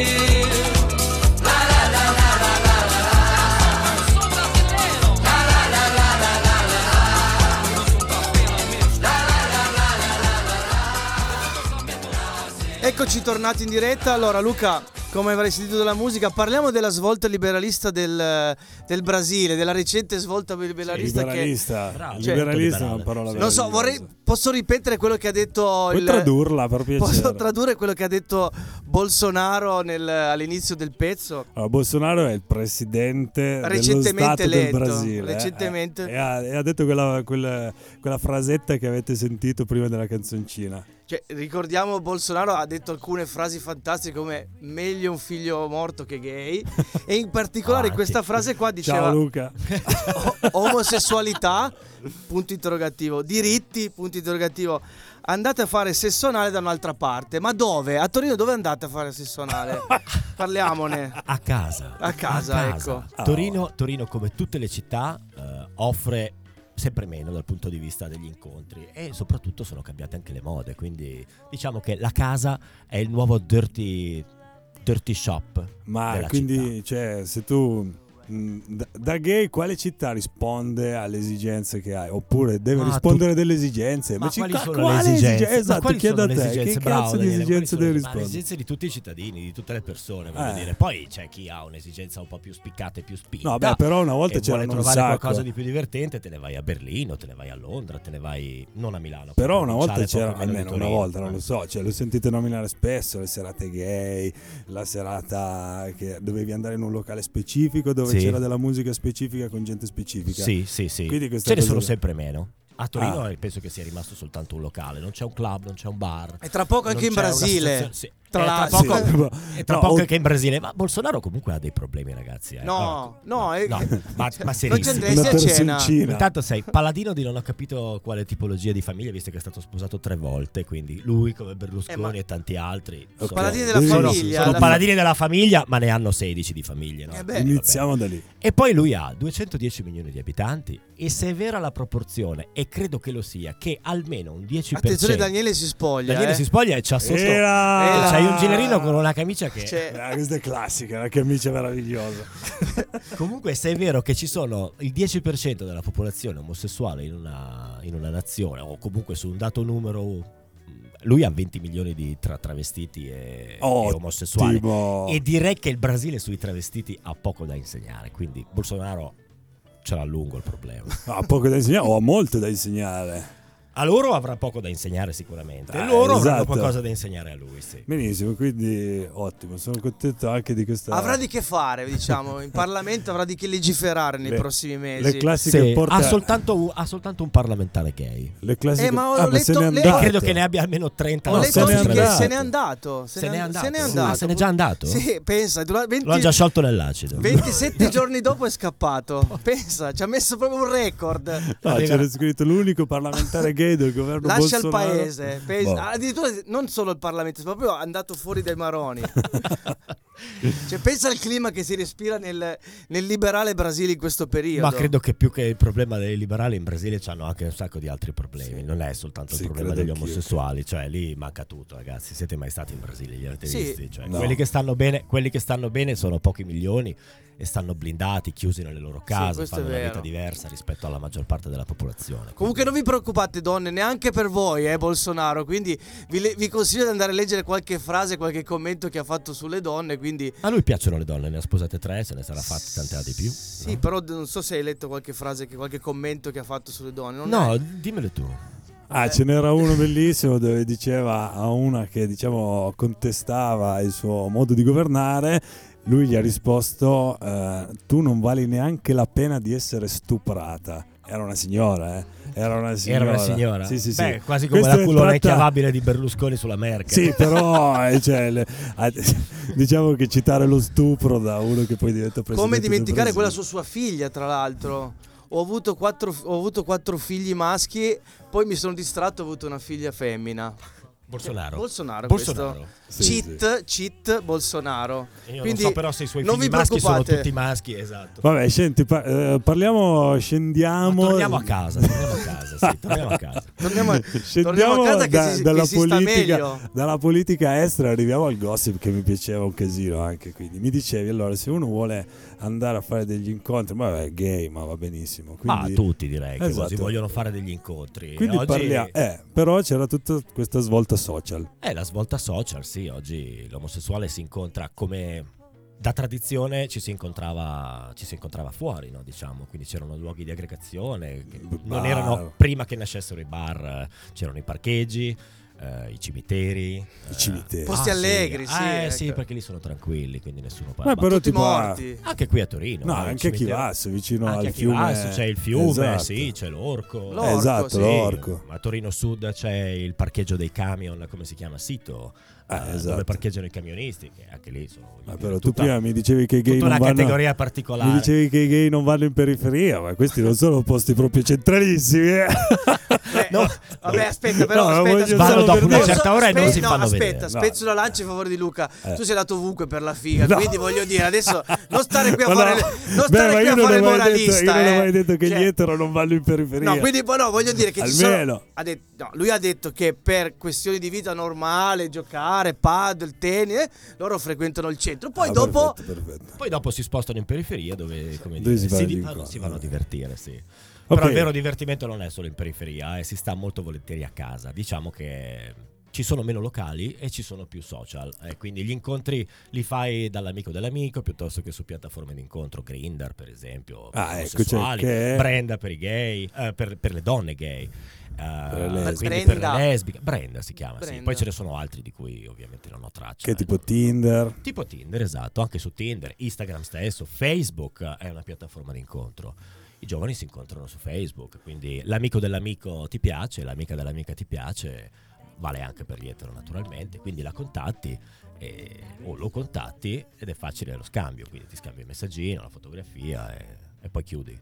la la la la la la la la, eu sou brasileiro, la la la la la la la la, eu sou brasileiro, la la la la la la la. Eccoci tornati in diretta. Allora Luca, come avrai sentito dalla musica, parliamo della svolta liberalista del, del Brasile, della recente svolta liberalista. Sì, liberalista, che, Bravo, cioè, liberalista è una parola non so, vorrei, posso ripetere quello che ha detto. Puoi il, tradurla per piacere? Posso tradurre quello che ha detto Bolsonaro nel, all'inizio del pezzo? Allora, Bolsonaro è il presidente recentemente dello Stato eletto, del Brasile recentemente. eh, e, ha, e ha detto quella, quella, quella frasetta che avete sentito prima della canzoncina. Cioè, ricordiamo, Bolsonaro ha detto alcune frasi fantastiche come meglio un figlio morto che gay, e in particolare in questa frase qua diceva: ciao Luca. Omosessualità, punto interrogativo, diritti, punto interrogativo, andate a fare sesso anale da un'altra parte. Ma dove? A Torino dove andate a fare sesso anale? Parliamone. A casa. A casa, A casa. ecco. Torino, Torino, come tutte le città, eh, offre sempre meno dal punto di vista degli incontri, e soprattutto sono cambiate anche le mode, quindi diciamo che la casa è il nuovo dirty dirty shop. Ma della quindi, città. cioè, se tu mh, da, da gay quale città risponde alle esigenze che hai? Oppure deve Ma rispondere tu- delle esigenze? Ma Invece, quali ca- sono quale le esigenze? esige- Ma Esatto, quali chiedo a sono le te, esigenze? che Bravo, cazzo di Daniele, esigenze quali devi sono- ma le rispondere? esigenze di tutti i cittadini, di tutte le persone, voglio Eh. dire. Poi c'è chi ha un'esigenza un po' più spiccata e più spinta. No, beh, però una volta e vuole c'erano un trovare sacco. qualcosa di più divertente, te ne vai a Berlino, te ne vai a Londra, te ne vai non a Milano. Però per una volta provinciale, c'era, proprio meno almeno di una Torino. volta, non lo so, cioè, lo sentite nominare spesso, le serate gay, la serata che dovevi andare in un locale specifico dove Sì. c'era della musica specifica con gente specifica. Sì, sì, sì. Quindi questa Ce ne cosa- sono sempre meno. A Torino Ah. penso che sia rimasto soltanto un locale, non c'è un club, non c'è un bar. E tra poco anche non in c'è una Brasile. situazione- sì. Tra Eh, tra l'altro. poco, Sì. e tra No, poco o- anche in Brasile. Ma Bolsonaro comunque ha dei problemi, ragazzi. eh. No, no, eh, no, ma, ma non serissimo. ci andresti a cena. personcina. Intanto sei paladino di non ho capito quale tipologia di famiglia, visto che è stato sposato tre volte, quindi lui come Berlusconi Eh, ma- e tanti altri sono, Paladini della Sono- famiglia. sono la- paladini della famiglia, ma ne hanno sedici di famiglie. No? Eh beh. Iniziamo da lì. E poi lui ha duecentodieci milioni di abitanti e se è vera la proporzione, e credo che lo sia, che almeno un dieci per cento... Attenzione, Daniele si spoglia. Daniele eh. si spoglia e c'ha sotto... Era- e c'hai un ginerino con una camicia che... Cioè, Ah, questa è classica, la camicia meravigliosa. Comunque se è vero che ci sono il dieci per cento della popolazione omosessuale in una, in una nazione, o comunque su un dato numero... Lui ha venti milioni di tra travestiti e, e omosessuali. Ottimo. E direi che il Brasile sui travestiti ha poco da insegnare, quindi Bolsonaro ce l'ha a lungo il problema. Ha poco da insegnare o ha molto da insegnare. A loro avrà poco da insegnare sicuramente. Eh, e loro avranno esatto. qualcosa da insegnare a lui, sì. Benissimo, quindi ottimo, sono contento anche di questa... avrà di che fare, diciamo, in Parlamento avrà di che legiferare nei Le- prossimi mesi. Le classiche Sì, porte... ha, soltanto, un- ha soltanto un parlamentare gay. Le classiche... Eh, ma ho ah, ma letto- se n'è le- E andato. credo che ne abbia almeno trenta. Ho No, letto se n'è oggi che andato. se n'è andato. Se n'è andato. Se n'è Sì. andato. Ah, se n'è già andato? Sì, pensa, dura- venti Lo ha già sciolto nell'acido. ventisette giorni dopo è scappato. Pensa, ci ha messo proprio un record. No, c'era scritto l'unico parlamentare gay del governo Lascia il Bolsonaro. paese. Pensa- Boh. Addirittura non solo il Parlamento, ma proprio andato fuori dai maroni. Cioè, pensa al clima che si respira nel, nel liberale Brasile in questo periodo. Ma credo che più che il problema dei liberali in Brasile c'hanno anche un sacco di altri problemi. Sì. Non è soltanto Sì, il problema credo degli anch'io. omosessuali, cioè lì manca tutto, ragazzi. Siete mai stati in Brasile? Li avete Sì. visti? Cioè, No. quelli, che stanno bene, quelli che stanno bene sono pochi milioni e stanno blindati, chiusi nelle loro case, questo fanno è una vero. vita diversa rispetto alla maggior parte della popolazione. Comunque non vi preoccupate donne, neanche per voi, eh, Bolsonaro. Quindi vi, le- vi consiglio di andare a leggere qualche frase, qualche commento che ha fatto sulle donne. Quindi A lui piacciono le donne, ne ha sposate tre, se ne sarà fatte tante di più. sì, no? però d- non so se hai letto qualche frase, che- qualche commento che ha fatto sulle donne. Non No, è- dimmelo tu. Ah, ce n'era uno bellissimo dove diceva a una che diciamo contestava il suo modo di governare, lui gli ha risposto eh, tu non vali neanche la pena di essere stuprata. Era una signora, eh. Era una signora. Era una signora? Sì, sì, sì. Beh, quasi come Questo la è culona tratta- inchiavabile di Berlusconi sulla Merkel. Sì, però eh, cioè, le- ah, diciamo che citare lo stupro da uno che poi diventa presidente Come del dimenticare Brasile. quella su sua figlia, tra l'altro. Ho avuto quattro, ho avuto quattro figli maschi, poi mi sono distratto e ho avuto una figlia femmina. Bolsonaro. Bolsonaro, Bolsonaro. questo. Sì, cheat, cheat Bolsonaro. Io Quindi non so però se i suoi non figli vi maschi sono preoccupate. tutti maschi, esatto. Vabbè, senti, pa- eh, parliamo, scendiamo. Ma torniamo a casa, torniamo a casa, sì, torniamo a casa. Torniamo, Scendiamo torniamo a casa da- che si, dalla, che si sta politica, meglio. dalla politica estera, arriviamo al gossip che mi piaceva un casino anche. Quindi mi dicevi, allora, se uno vuole andare a fare degli incontri, ma vabbè, è gay, ma va benissimo. Ma Quindi, tutti direi che Esatto. così vogliono fare degli incontri. quindi Oggi parliamo, eh, però c'era tutta questa svolta social. è la svolta social, sì, oggi l'omosessuale si incontra come da tradizione ci si incontrava ci si incontrava fuori, no, diciamo, quindi c'erano luoghi di aggregazione che non Bar. erano prima che nascessero i bar, eh, c'erano i parcheggi, eh, i cimiteri, I cimiteri. Posti ah, allegri, sì, eh, ecco. sì, perché lì sono tranquilli, quindi nessuno Ma parla. però Tutti tipo, ah, morti. Anche qui a Torino, no, eh, il anche a cimitero- Chivasso, vicino anche al a fiume. Chivasso c'è il fiume, Esatto. sì, c'è l'orco. L'orco, esatto, sì. l'orco. A Torino Sud c'è il parcheggio dei camion, come si chiama? Sito, Ah, eh, esatto. dove parcheggiano i camionisti, che anche lì sono Ma però tu tutta, prima mi dicevi che i gay tutta non una vanno categoria Mi particolare. dicevi che i gay non vanno in periferia, ma questi non sono posti proprio centralissimi. Eh. Eh, No. Vabbè, aspetta, però No, aspetta, voglio aspetta. solo dopo per una dire- certa ora e non Aspe- si no, fanno aspetta, vedere. spezzo la lancia in favore di Luca. Eh. Tu sei andato ovunque per la figa, No. quindi voglio dire, adesso non stare qui a Ma fare, no. non Beh, stare ma qui io a non fare il ho mai detto- moralista. io non ho eh. mai detto che Cioè, gli etero non vanno in periferia. No, quindi poi no, voglio dire che ci Almeno. sono ha detto- no, lui ha detto che per questioni di vita normale, giocare, fare paddle, tennis, eh, loro frequentano il centro. Poi Ah, dopo perfetto, perfetto. Poi dopo si spostano in periferia dove, come Dove dire, si va si, di di- incontro. si vanno a divertire, sì. Ok. Però il vero divertimento non è solo in periferia, eh, si sta molto volentieri a casa. Diciamo che ci sono meno locali e ci sono più social, eh, quindi gli incontri li fai dall'amico dell'amico piuttosto che su piattaforme di incontro, Grindr per esempio, per Ah, gli ecco, cioè omosessuali, che- Brenda per i gay, eh, per, per le donne gay. eh, le lesbiche. quindi per Brenda. le lesbiche, Brenda si chiama, sì. Brenda. Poi ce ne sono altri di cui ovviamente non ho traccia. Che eh. tipo Tinder. Tipo Tinder, esatto, anche su Tinder, Instagram stesso, Facebook è una piattaforma di incontro. I giovani si incontrano su Facebook, quindi l'amico dell'amico ti piace, l'amica dell'amica ti piace, vale anche per gli etero naturalmente, quindi la contatti e, o lo contatti ed è facile lo scambio, quindi ti scambi il messaggino, la fotografia e, e poi chiudi.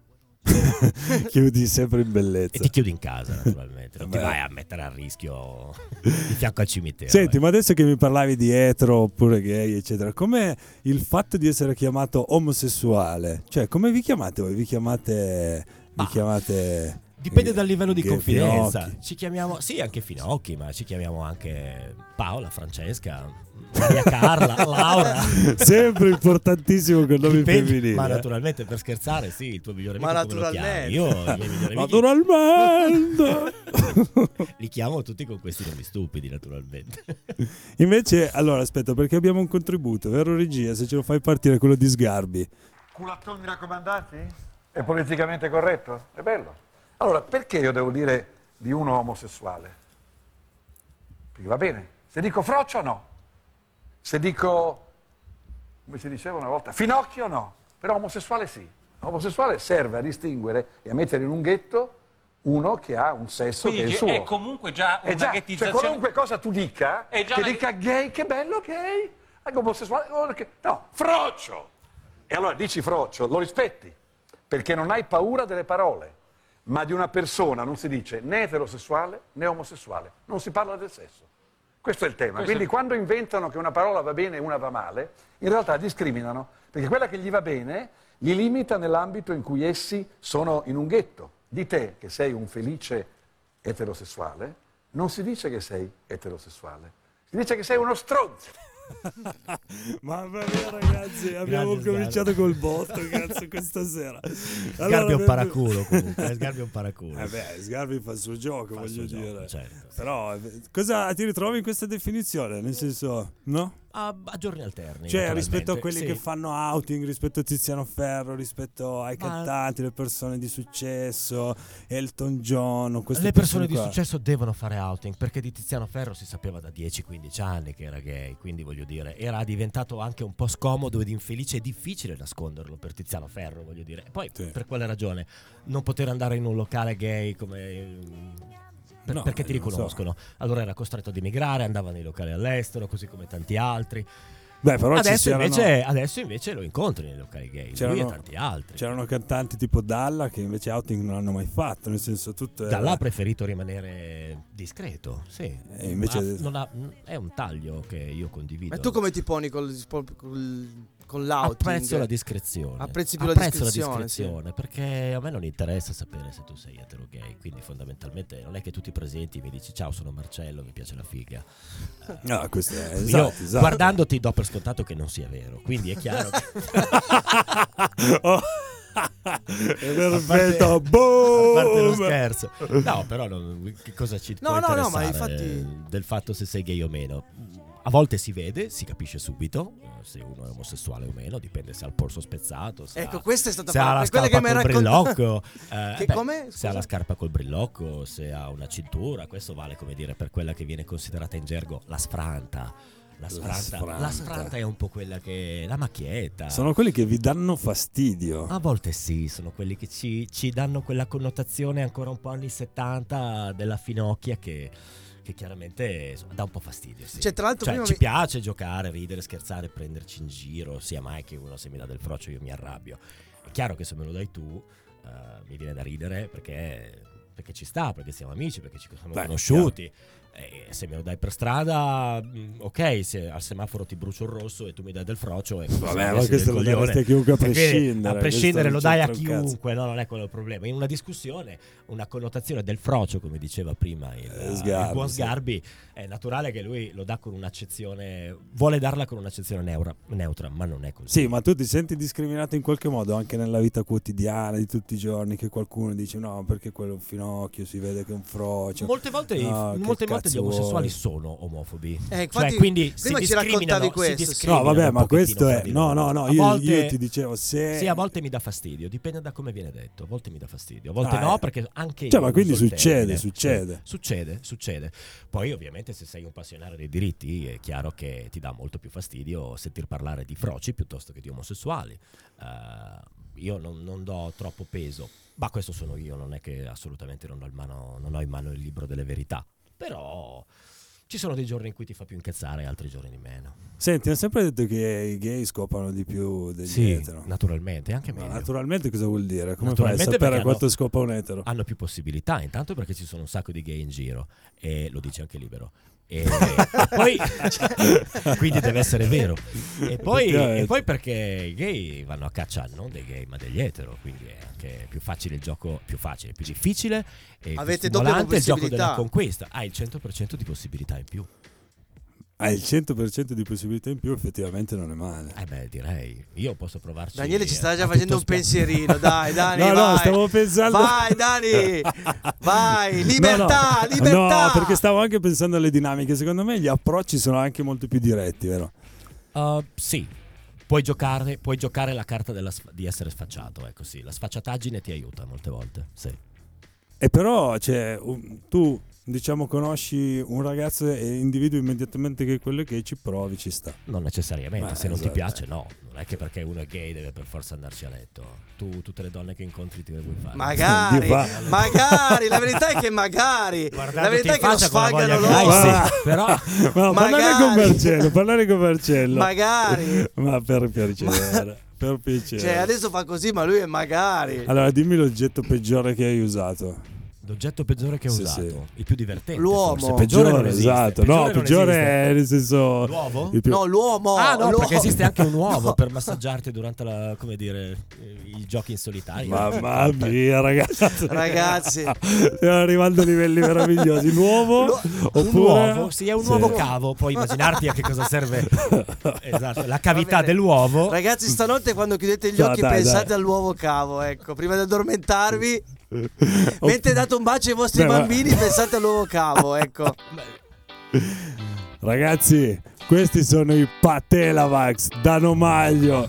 Chiudi sempre in E bellezza. ti chiudi in casa naturalmente, non ti Beh. vai a mettere a rischio di fianco al cimitero. Senti, eh. ma adesso che mi parlavi di etero oppure gay, eccetera, com'è il fatto di essere chiamato omosessuale? Cioè, come vi chiamate voi? Vi chiamate... Vi Ah. chiamate... Dipende dal livello di Che confidenza. Finocchi. Ci chiamiamo, sì, anche Finocchi, ma ci chiamiamo anche Paola, Francesca, Maria Carla, Laura. Sempre importantissimo con nomi Dipende- femminili. Ma eh. naturalmente per scherzare, sì, il tuo migliore Ma amico come lo chiami? naturalmente. Io i miei migliori amici Naturalmente. li chiamo tutti con questi nomi stupidi, naturalmente. Invece, allora, aspetta, perché abbiamo un contributo, vero regia? Se ce lo fai partire quello di Sgarbi. Culattoni raccomandati? È politicamente corretto? È bello. Allora, perché io devo dire di uno omosessuale? Perché va bene. Se dico Froccio, no. Se dico, come si diceva una volta, Finocchio, no. Però omosessuale sì. Omosessuale serve a distinguere e a mettere in un ghetto uno che ha un sesso Quindi che è il suo. è comunque già È una già, cioè ghettizzazione. qualunque cosa tu dica, È già che una- dica gay, che bello gay, anche omosessuale, oh, che- no, Froccio. E allora dici Froccio, lo rispetti, perché non hai paura delle parole. Ma di una persona non si dice né eterosessuale né omosessuale, non si parla del sesso. Questo è il tema. Questo Quindi è- quando inventano che una parola va bene e una va male, in realtà discriminano, perché quella che gli va bene li limita nell'ambito in cui essi sono in un ghetto. Di te, che sei un felice eterosessuale, non si dice che sei eterosessuale, si dice che sei uno stronzo. Mamma mia, ragazzi, abbiamo Grazie, cominciato col botto, cazzo, questa sera. Sgarbi è un paraculo comunque, eh, Sgarbi è un paraculo. Eh beh, Sgarbi fa il suo gioco, Fa il voglio suo dire. gioco, certo. Però, eh, cosa ti ritrovi in questa definizione? Nel senso, no? A, a giorni alterni. Cioè, naturalmente, rispetto a quelli sì. che fanno outing, rispetto a Tiziano Ferro, rispetto ai Ma- cantanti, le persone di successo, Elton John, queste Le persone di qua. successo devono fare outing, perché di Tiziano Ferro si sapeva da dieci quindici anni che era gay, quindi voglio dire, era diventato anche un po' scomodo ed infelice e difficile nasconderlo per Tiziano Ferro, voglio dire. E poi Sì. per quale ragione? Non poter andare in un locale gay come... per- No, perché ti non so. riconoscono. Allora era costretto ad emigrare, andava nei locali all'estero, così come tanti altri. Beh, però ci Adesso c'erano, invece, adesso invece lo incontri nei locali gay, lui C'erano- e tanti altri. c'erano cantanti tipo Dalla che invece outing non hanno mai fatto, nel senso tutto era- Da là ha preferito rimanere discreto, sì. E invece- Ma non ha- è un taglio che io condivido. Ma tu come ti poni col, col- con l'outing? Apprezzo la discrezione. Apprezzi più la Apprezzo discrezione, la discrezione, perché a me non interessa sapere se tu sei etero o gay, quindi fondamentalmente non è che tu ti presenti e mi dici ciao, sono Marcello, mi piace la figa. No, questo è Io esatto, esatto. guardandoti do per scontato che non sia vero, quindi è chiaro che Oh. È perfetto, a parte lo boom! scherzo. No, però non- che cosa ci No, può no, no, ma interessare infatti- del fatto se sei gay o meno? A volte si vede, si capisce subito eh, se uno è omosessuale o meno, dipende se ha il polso spezzato, se Ecco, ha, questa è stata se ha fa- la per quella scarpa che mi col hai raccontato. brillocco, eh, Che beh, come? se ha Scusa? la scarpa col brillocco, se ha una cintura, questo vale come dire per quella che viene considerata in gergo la sfranta. La sfranta, sfranta. la sfranta è un po' quella che la macchietta. Sono quelli che vi danno fastidio. A volte sì, sono quelli che ci, ci danno quella connotazione ancora un po' anni settanta della finocchia che, che chiaramente dà un po' fastidio. Sì. Cioè, tra l'altro Cioè, prima ci mi- piace giocare, ridere, scherzare, prenderci in giro, sia mai che uno se mi dà del frocio io mi arrabbio. È chiaro che se me lo dai tu eh, mi viene da ridere perché, perché ci sta, perché siamo amici, perché ci siamo Beh, conosciuti. Eh, se me lo dai per strada, mh, ok, se al semaforo ti brucio il rosso e tu mi dai del frocio, e vabbè, ma questo lo daresti a chiunque a prescindere. A prescindere lo dai a Questo non c'entra un chiunque, no, non è quello il problema. In una discussione, una connotazione del frocio, come diceva prima il, Eh, il Sgarbi, buon sì. Sgarbi, è naturale che lui lo dà con un'accezione, vuole darla con un'accezione neura, neutra, ma non è così. Sì, ma tu ti senti discriminato in qualche modo anche nella vita quotidiana di tutti i giorni, che qualcuno dice no perché quello è un finocchio, si vede che è un frocio. Molte volte, No, i- che molte volte gli cazzo omosessuali vuoi? sono omofobi. Eh, infatti, cioè, quindi prima si ci raccontavi discriminano, si questo, sì. discriminano No, vabbè, un ma pochettino questo fra è di no, loro. no, no, A io, volte- io ti dicevo se Sì, a volte mi dà fastidio, dipende da come viene detto. A volte mi dà fastidio, a volte Ah, no, eh. perché anche Cioè, io ma quindi uso il succede, termine. succede. Sì, succede, succede. Poi ovviamente se sei un passionario dei diritti è chiaro che ti dà molto più fastidio sentir parlare di froci piuttosto che di omosessuali. Eh, io non, non do troppo peso, ma questo sono io, non è che assolutamente non ho, in mano, non ho in mano il libro delle verità. Però ci sono dei giorni in cui ti fa più incazzare e altri giorni di meno. Senti, hanno sempre detto che i gay scopano di più degli Sì, etero. naturalmente, anche Ma meglio. naturalmente cosa vuol dire? Come fai a Naturalmente sapere perché quanto hanno- scopa un etero? Hanno più possibilità, intanto perché ci sono un sacco di gay in giro, e lo dice anche Libero. E, e poi quindi deve essere vero. E poi, Effettivamente. e poi perché i gay vanno a caccia non dei gay ma degli etero, quindi è anche più facile il gioco, più facile, più difficile e Avete più doppia stimolante il gioco possibilità. della conquista. Hai il cento per cento di possibilità in più. Hai il cento per cento di possibilità in più, effettivamente non è male. Eh beh, direi, io posso provarci. Daniele ci sta a già tutto facendo un spiano. pensierino, dai Dani, No, no, vai. stavo pensando- Vai Dani, vai, libertà, No, no. libertà. No, perché stavo anche pensando alle dinamiche. Secondo me gli approcci sono anche molto più diretti, vero? Uh, sì, puoi giocare, puoi giocare la carta della sf- di essere sfacciato, ecco sì, la sfacciataggine ti aiuta molte volte, sì. E però, cioè, un- tu diciamo conosci un ragazzo e individui immediatamente che quello che ci provi ci sta. Non necessariamente, Ma se non ti esatto. piace no, non è che perché uno è gay deve per forza andarci a letto. Tu tutte le donne che incontri ti le vuoi fare. Magari, Dio fa. magari, la verità è che magari, la verità è che lo sfagano loro. Ma- però Ma parlare con Magari. Marcello, parlare con Marcello. Magari. Ma per piacere, per piacere. Cioè adesso fa così, ma lui è magari. Allora, dimmi l'oggetto peggiore che hai usato. L'oggetto peggiore che ho Sì, usato, sì. il più divertente. L'uomo. forse. Peggiore, non esiste. esatto. Peggiore no, non peggiore esiste. è nel senso. L'uovo? il più- No, l'uomo. Ah no, l'uomo. perché esiste anche un uovo No. per massaggiarti durante la, come dire, i giochi in solitario. Mamma mia, ragazzi. Ragazzi. Stiamo arrivando a livelli meravigliosi. L'uovo? L'u- Oppure... Un uovo, sì, è un Sì. uovo cavo. Puoi immaginarti a che cosa serve. Esatto, la cavità Va bene. dell'uovo. Ragazzi, stanotte quando chiudete gli No, occhi dai, pensate dai. all'uovo cavo, ecco, prima di addormentarvi. Opp- Mentre date un bacio ai vostri Beh, ma- bambini pensate all'uovo cavo, ecco. Ragazzi, questi sono i Patelavax da Nomaglio.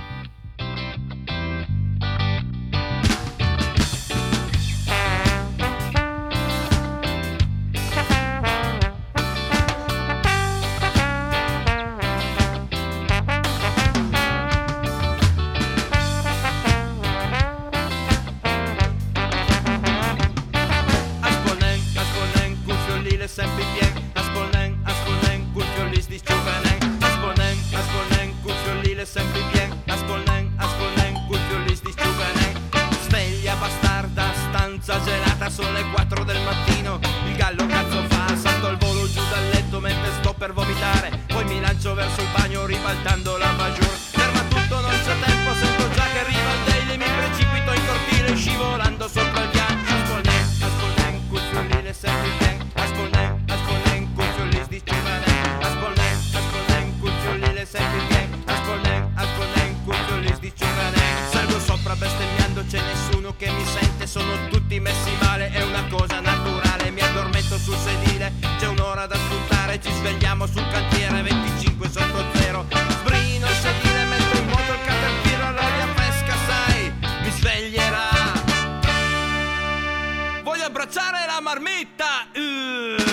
Ascolnen, ascolnen, cucciolile sempre bien. Ascolnen, ascolnen, cucciollis di giovenen. Ascolnen, ascolnen, cucciolile sempre bien. Ascolnen, ascolnen, cucciollis di giovenen. Sveglia bastarda, stanza gelata, sono le quattro del mattino. Il gallo cazzo fa, salto al volo giù dal letto mentre sto per vomitare. Poi mi lancio verso il bagno ribaltando la maggior. Ferma tutto, non c'è tempo, sento già che arriva il daily. Mi precipito in cortile scivolando sopra il piano. Ascolnen, ascolnen, cucciolile sempre bien. Ascolnen, ascolnen, cucciollis di giovenen. Ascolnen, ascolnen, cucciolile sempre bien. Ascolnen, ascolnen, cucciollis di giovenen. Salgo sopra bestemmiando, c'è nessuno che mi sente. Sono tutti messi male, è una cosa naturale. Mi addormento sul sedile, c'è un'ora da sfruttare. Ci svegliamo sul cantiere, venticinque sotto zero. Sbrino il sedile, metto in moto il caterpillar. L'aria fresca, sai, mi sveglierà. Voglio abbracciare la marmitta. Uh.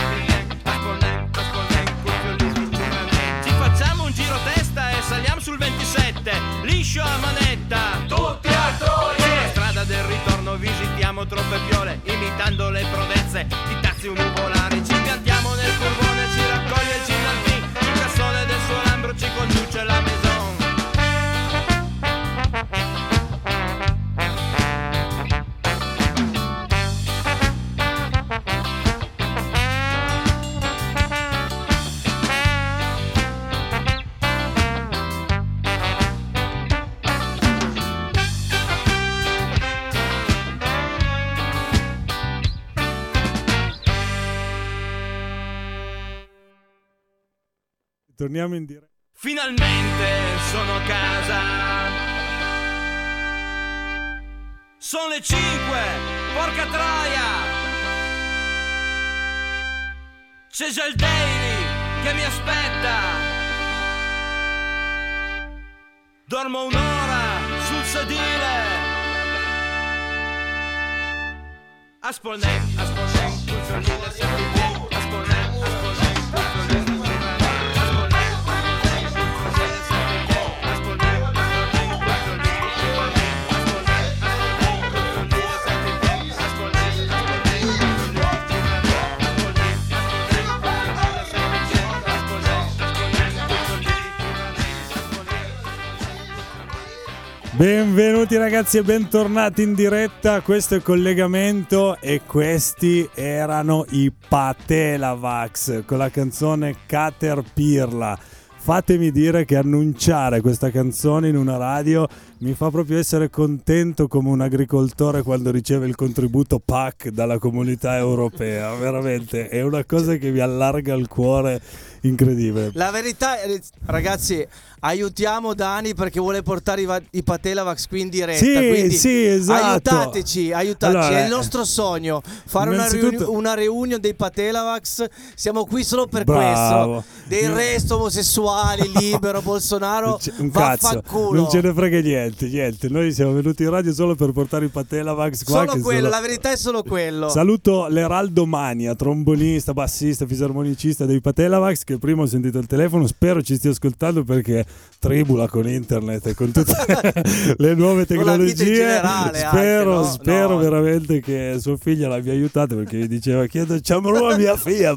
sempre bien, a Spolnen, a Spolnen, culturalisti giovanili. Ci facciamo un giro testa e saliamo sul ventisette, liscio a manetta, tutti a troie. Sulla strada del ritorno visitiamo troppe piole, imitando le prodezze di tazi nuvolari. Ci piantiamo nel curvone, ci raccoglie il Ginalpin, il cassone del suo lambro ci conduce alla maison. Torniamo in diretta. Finalmente sono a casa. Sono le cinque, porca troia. C'è già il Daily che mi aspetta. Dormo un'ora sul sedile. A Spolnen, a Spolnen, culturale sempre bien. A Spolnen, a Spolnen, culturale. Benvenuti ragazzi e bentornati in diretta, questo è Collegamento e questi erano i Patelavax con la canzone Caterpillar. Fatemi dire che annunciare questa canzone in una radio mi fa proprio essere contento come un agricoltore quando riceve il contributo P A C dalla comunità europea, veramente è una cosa che mi allarga il cuore, incredibile. La verità, ragazzi, aiutiamo Dani perché vuole portare i, va- i Patelavax qui in diretta. Sì, quindi sì, esatto. Aiutateci, aiutateci. Allora, è il nostro sogno fare una, innanzitutto- reuni- una reunion dei Patelavax. Siamo qui solo per Bravo. questo. Del resto, omosessuali, libero, Bolsonaro, un cazzo, vaffanculo. non ce ne frega niente, niente. Noi siamo venuti in radio solo per portare i Patelavax qua. Solo che quello, sono- la verità è solo quello. Saluto l'Eraldo Mania, trombonista, bassista, fisarmonicista dei Patelavax, che prima ho sentito il telefono, spero ci stia ascoltando perché tribula con internet e con tutte le nuove Con la vita in tecnologie. generale Spero, anche, no? spero No. veramente che sua figlia l'abbia aiutato perché mi diceva chiedo ciamro a mia figlia.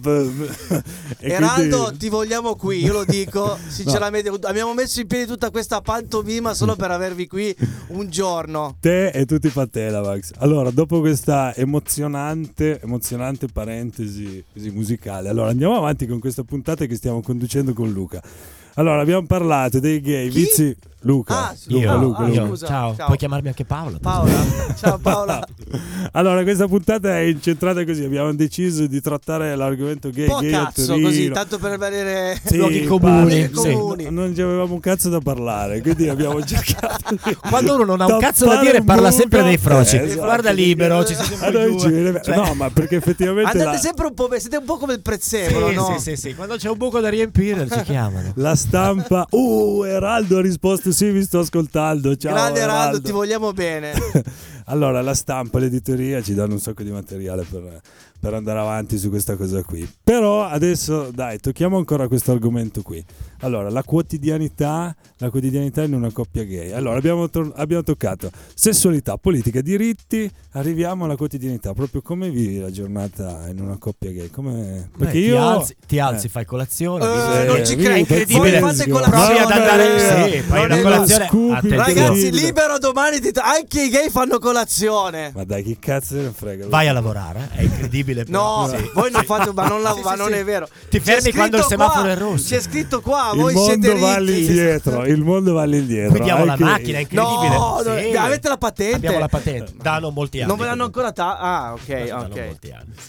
E Eraldo, quindi- ti vogliamo qui, io lo dico sinceramente. Abbiamo messo in piedi tutta questa pantomima solo per avervi qui un giorno. Te e tutti i Patelavax. Allora, dopo questa emozionante, emozionante parentesi così musicale, allora andiamo avanti con questa puntata che stiamo conducendo con Luca. Allora, abbiamo parlato dei gay, Chi? vizi. Luca, Ah, sì. Luca, Io, Luca, ah, Luca. scusa. Ciao. Ciao. Puoi chiamarmi anche Paola. Paola, ciao Paola. Allora, questa puntata è incentrata così. Abbiamo deciso di trattare l'argomento gay, Un po' gay a cazzo Torino. così, tanto per avere Sì, luoghi pa- comuni, sì. comuni. No, non ci avevamo un cazzo da parlare, quindi abbiamo cercato di Quando uno non ha un cazzo da tappare dire un parla buco. sempre dei froci. Eh, esatto. Guarda libero, ci siamo A noi ci viene- Cioè- No, ma perché effettivamente Andate la, sempre un po', siete un po' come il prezzemolo, Sì, no? sì, sì, sì. Quando c'è un buco da riempire ci chiamano. la stampa. Uh, Eraldo ha risposto: sì, vi sto ascoltando. Ciao, Grande Eraldo, Eraldo. ti vogliamo bene. Allora, la stampa, l'editoria ci danno un sacco di materiale per, per andare avanti su questa cosa qui. Però adesso, dai, tocchiamo ancora questo argomento qui. Allora, la quotidianità, la quotidianità in una coppia gay. Allora, abbiamo, to- abbiamo toccato sessualità, politica, diritti, arriviamo alla quotidianità. Proprio come vivi la giornata in una coppia gay? Come... Beh, Perché ti io... alzi, ti alzi Eh. fai colazione. Eh, vivi- non ci vivi credo. incredibile. Voi fate pazzesco. colazione. Provi ad andare. Sì, fai Non una è colazione. scoop, Attenzione. Ragazzi, Incredibile. libero domani ti- anche i gay fanno colazione. Ma dai, chi cazzo ne frega? Vai a lavorare, eh? È incredibile. però. No, Sì. voi non fate, ma non, la- Sì, ma sì, non sì. è vero. Ti C'è fermi quando il scritto semaforo qua, è rosso. C'è scritto qua, Il voi siete mondo va ricchi. all'indietro, il mondo va all'indietro. Guidiamo la Anche- macchina, è incredibile. No, no, Sì. avete la patente? Abbiamo la patente. Danno molti anni. Non ve l'hanno comunque. ancora ta- Ah, ok, Danno ok. molti anni, sì.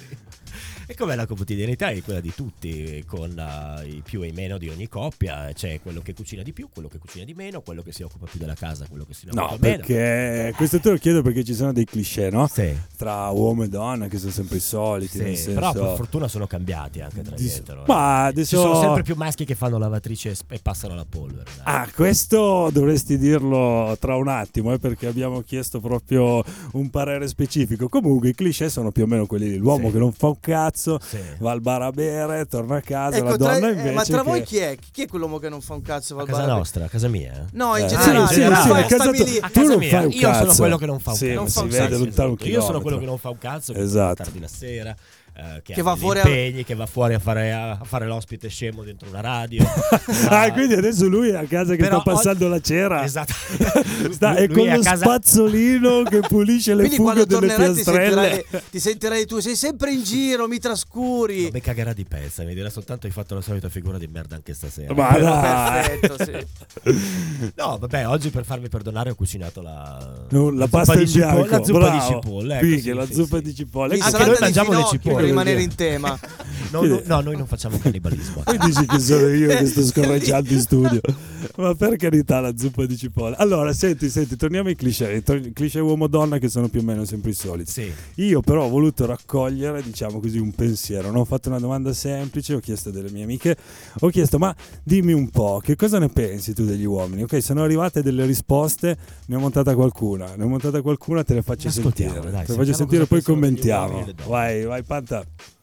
E com'è la quotidianità? È quella di tutti, con uh, i più e i meno di ogni coppia. C'è quello che cucina di più, quello che cucina di meno, quello che si occupa più della casa, quello che si occupa No, meno. perché questo te lo chiedo perché ci sono dei cliché, no? Sì. Tra uomo e donna che sono sempre i soliti. Sì, nel senso... però per fortuna sono cambiati anche tra Di- dietro. Ma eh. adesso- Ci sono sempre più maschi che fanno lavatrice e sp- e passano la polvere. dai. Ah, questo dovresti dirlo tra un attimo, eh, perché abbiamo chiesto proprio un parere specifico. Comunque i cliché sono più o meno quelli lì. L'uomo Sì. che non fa un cazzo cazzo, Sì. va al bar a bere, torna a casa, Ecco, la tra- donna eh, invece ma tra voi che- chi è? Chi è quell'uomo che non fa un cazzo? Va A al casa bar a- nostra, a casa mia. No, in Eh, generale, sì, sì, non sì, fai- a casa stavi tu- lì. A tu casa non mia, fai un io sono cazzo. quello che non fa un Sì, cazzo. ma Non fa si un vede cazzo, lontano un Io sono chilometro. quello che non fa un cazzo, che Esatto. torna tardi la sera, eh, che, Che ha va degli fuori a- impegni, che va fuori a fare, a fare l'ospite scemo dentro una radio. Ah, quindi adesso lui è a casa che Però sta passando oggi- la cera. Esatto. Sta, Lui- è lui con è a lo casa- spazzolino che pulisce le Quindi fughe quando delle tornerai ti piastrelle. sentirai, ti sentirai tu, sei sempre in giro, mi trascuri. Non mi cagherà di pezza, mi dirà soltanto hai fatto la solita figura di merda anche stasera. Ma Però dai. perfetto, sì. No, vabbè, oggi per farmi perdonare ho cucinato la, No, la zuppa pasta di in cipolla- bianco, la zuppa bravo. di cipolla. ecco, Fighe, sì, la sì, zuppa sì. di cipolla. Quindi Anche salata noi di mangiamo le finocchio cipolle, per rimanere quindi- in tema. No, no, no, noi non facciamo cannibalismo. Poi dici che sono io che sto scorreggiando in studio. Ma per carità, la zuppa di cipolla. Allora, senti, senti, torniamo ai cliché. I tor- cliché uomo-donna che sono più o meno sempre i soliti. Sì. Io però ho voluto raccogliere, diciamo così, un pensiero. Non ho fatto una domanda semplice, ho chiesto a delle mie amiche, ho chiesto, ma dimmi un po', che cosa ne pensi tu degli uomini? Ok, sono arrivate delle risposte, ne ho montata qualcuna, ne ho montata qualcuna, te le faccio Ascoltiamo, sentire. dai, te le sentiamo faccio sentire, cosa poi pensano degli commentiamo. uomini e le donne. Vai, vai, Panta.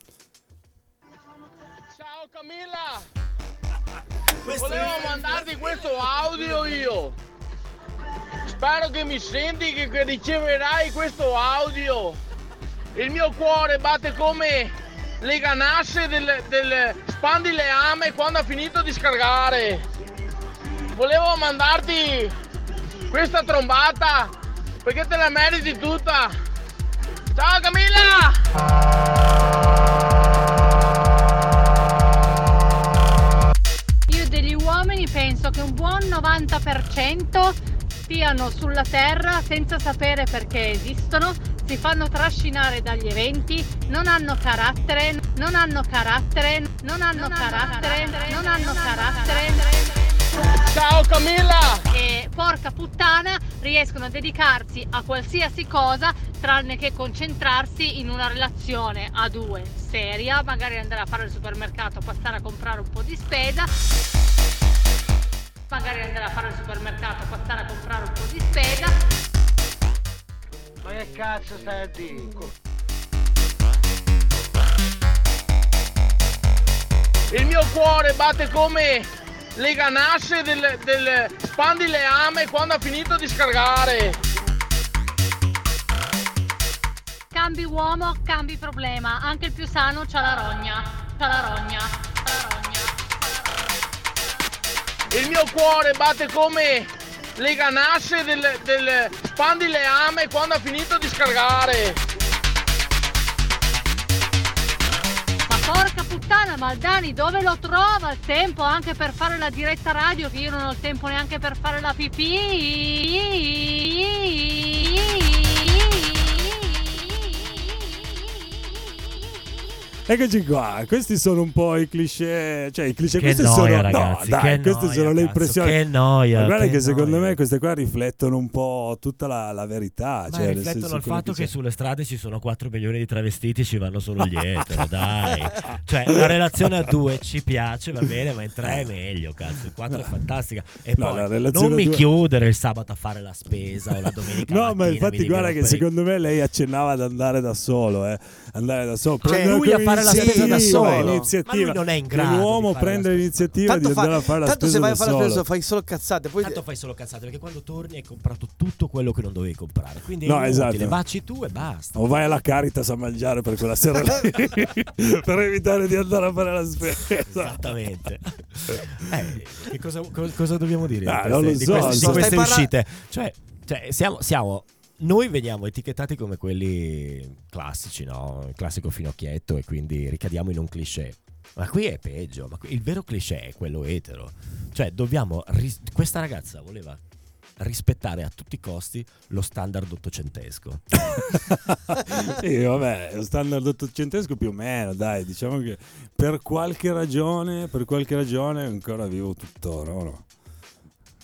Ciao Camilla! Volevo mandarti questo audio io. Spero che mi senti, che, che riceverai questo audio. Il mio cuore batte come le ganasce del, del Spandi Leame quando ha finito di scaricare. Volevo mandarti questa trombata perché te la meriti tutta. Ciao Camilla! Io degli uomini penso che un buon novanta per cento stiano sulla terra senza sapere perché esistono, si fanno trascinare dagli eventi, non hanno carattere, non hanno carattere, non hanno carattere, non hanno carattere. Ciao Camilla! E porca puttana, riescono a dedicarsi a qualsiasi cosa tranne che concentrarsi in una relazione a due seria, magari andare a fare al supermercato, passare a comprare un po' di spesa, magari andare a fare al supermercato, passare a comprare un po' di spesa. Ma che cazzo stai a dire? Il mio cuore batte come le ganasce del, del Spandi Leame quando ha finito di scaricare. Cambi uomo, cambi problema, anche il più sano c'ha la rogna, c'ha la rogna, c'ha la rogna. Il mio cuore batte come le ganasce del, del Spandi Leame quando ha finito di scaricare. Ma porca puttana, Maldani, dove lo trova il tempo anche per fare la diretta radio, che io non ho il tempo neanche per fare la pipì? Eccoci qua, questi sono un po' i cliché, cioè i cliché, Che questi noia, sono, ragazzi, no, dai, che queste noia, sono le cazzo, impressioni. che noia, Ma guarda che che secondo noia. me queste qua riflettono un po' tutta la, la verità, Ma cioè, nel riflettono senso il quello fatto che c'è. sulle strade ci sono quattro milioni di travestiti, ci vanno solo gli etero, dai. Cioè, la relazione a due ci piace, va bene, ma in tre è meglio, cazzo. Il quattro è fantastica. E No, la poi relazione non mi a due- chiudere il sabato a fare la spesa o la domenica No, mattina, ma mi infatti devi guarda che rompere i- secondo me lei accennava ad andare da solo, eh. Andare da solo. Cioè, prendere lui a come fare la spesa da iniziativa, solo. iniziativa. Ma lui non è in Che grado l'uomo di fare prende la l'iniziativa Tanto, di fa- andare a fare la tanto spesa se vai a da fare la solo. spesa fai solo cazzate. Poi Tanto fai solo cazzate perché quando torni hai comprato tutto quello che non dovevi comprare. Quindi è No, inutile, esatto. baci tu e basta. O vai alla Caritas a mangiare per quella sera lì per evitare di andare a fare la spesa. Esattamente. Eh, che cosa, co- cosa dobbiamo dire? Ah, di non queste, lo di so, queste, so. di queste Stai parla- uscite? Cioè, cioè siamo, siamo noi veniamo etichettati come quelli classici, no? Il classico finocchietto, e quindi ricadiamo in un cliché. Ma qui è peggio, ma qui- il vero cliché è quello etero. Cioè, dobbiamo ris- questa ragazza voleva rispettare a tutti i costi lo standard ottocentesco. Sì, vabbè, lo standard ottocentesco più o meno, dai, diciamo che per qualche ragione, per qualche ragione ancora vivo tuttora, o no?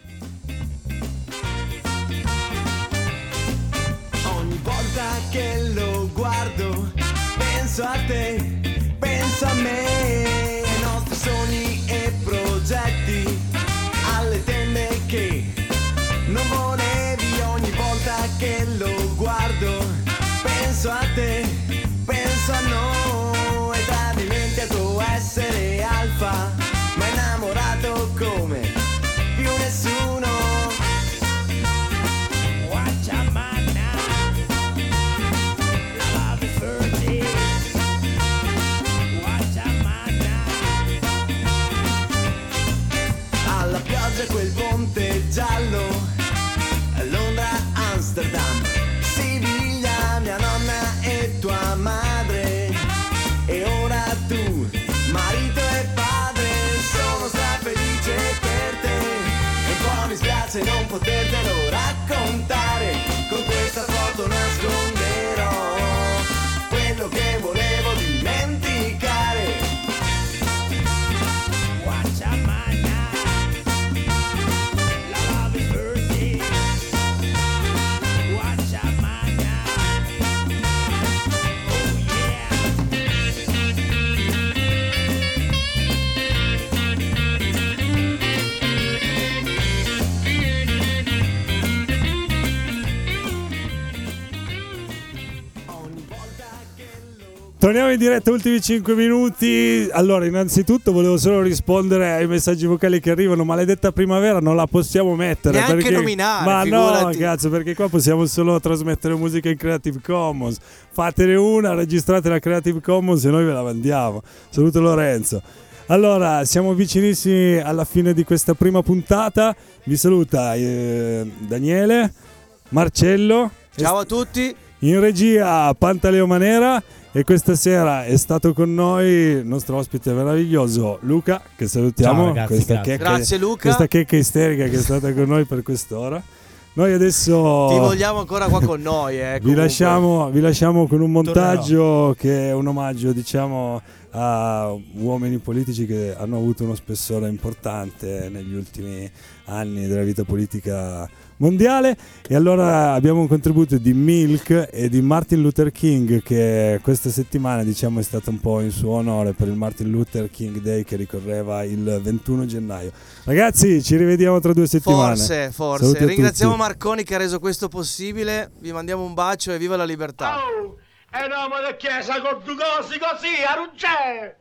penso a te, penso a me, ai nostri sogni e progetti, alle tende che non volevi ogni volta che lo guardo. Penso a te, penso a noi, ai tradimenti, al tuo essere alfa, ma innamorato come più nessuno. Alla pioggia quel ponte giallo, Londra, Amsterdam, Siviglia, mia nonna e tua madre, e ora tu, marito e padre. Sono strafelice per te e un po' mi spiace non potertelo raccontare. Con questa foto nasconderò quello che volevo dimenticare. Torniamo in diretta, ultimi cinque minuti. Allora, innanzitutto volevo solo rispondere ai messaggi vocali che arrivano. Maledetta primavera non la possiamo mettere. Neanche perché... nominare, Ma figurati. no, cazzo, perché qua possiamo solo trasmettere musica in Creative Commons. Fatene una, registrate la Creative Commons e noi ve la mandiamo. Saluto Lorenzo. Allora, siamo vicinissimi alla fine di questa prima puntata. Vi saluta eh, Daniele, Marcello. Ciao a tutti. In regia Pantaleo Manera. E questa sera è stato con noi il nostro ospite meraviglioso Luca, che salutiamo. Ciao ragazzi, questa grazie. Checca, Grazie, Luca. Questa checca isterica che è stata con noi per quest'ora. Noi adesso Ti vogliamo ancora qua con noi, eh, vi, comunque. lasciamo, vi lasciamo con un montaggio che è un omaggio, diciamo, a uomini politici che hanno avuto uno spessore importante negli ultimi anni della vita politica mondiale. E allora abbiamo un contributo di Milk e di Martin Luther King, che questa settimana, diciamo, è stata un po' in suo onore per il Martin Luther King Day che ricorreva il ventuno gennaio. Ragazzi, ci rivediamo tra due settimane. Forse, forse. Saluti a Ringraziamo tutti. Marconi che ha reso questo possibile. Vi mandiamo un bacio e viva la libertà. Oh, e nome di chiesa con due cose così, a non c'è!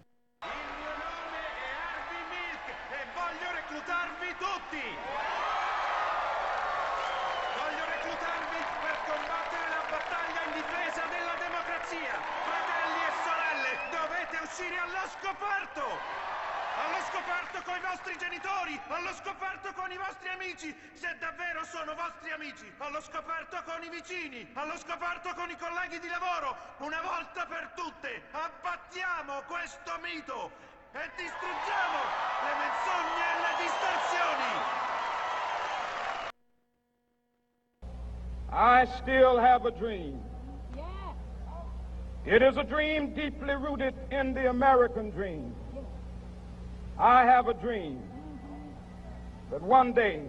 Allo scoperto! Allo scoperto con i vostri genitori! Allo scoperto con i vostri amici! Se davvero sono vostri amici! Allo scoperto con i vicini! Allo scoperto con i colleghi di lavoro! Una volta per tutte! Abbattiamo questo mito! E distruggiamo le menzogne e le distorsioni! I still have a dream. It is a dream deeply rooted in the American dream. I have a dream that one day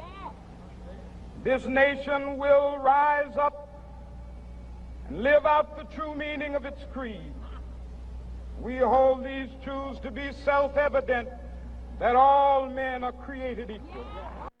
this nation will rise up and live out the true meaning of its creed. We hold these truths to be self-evident, that all men are created equal.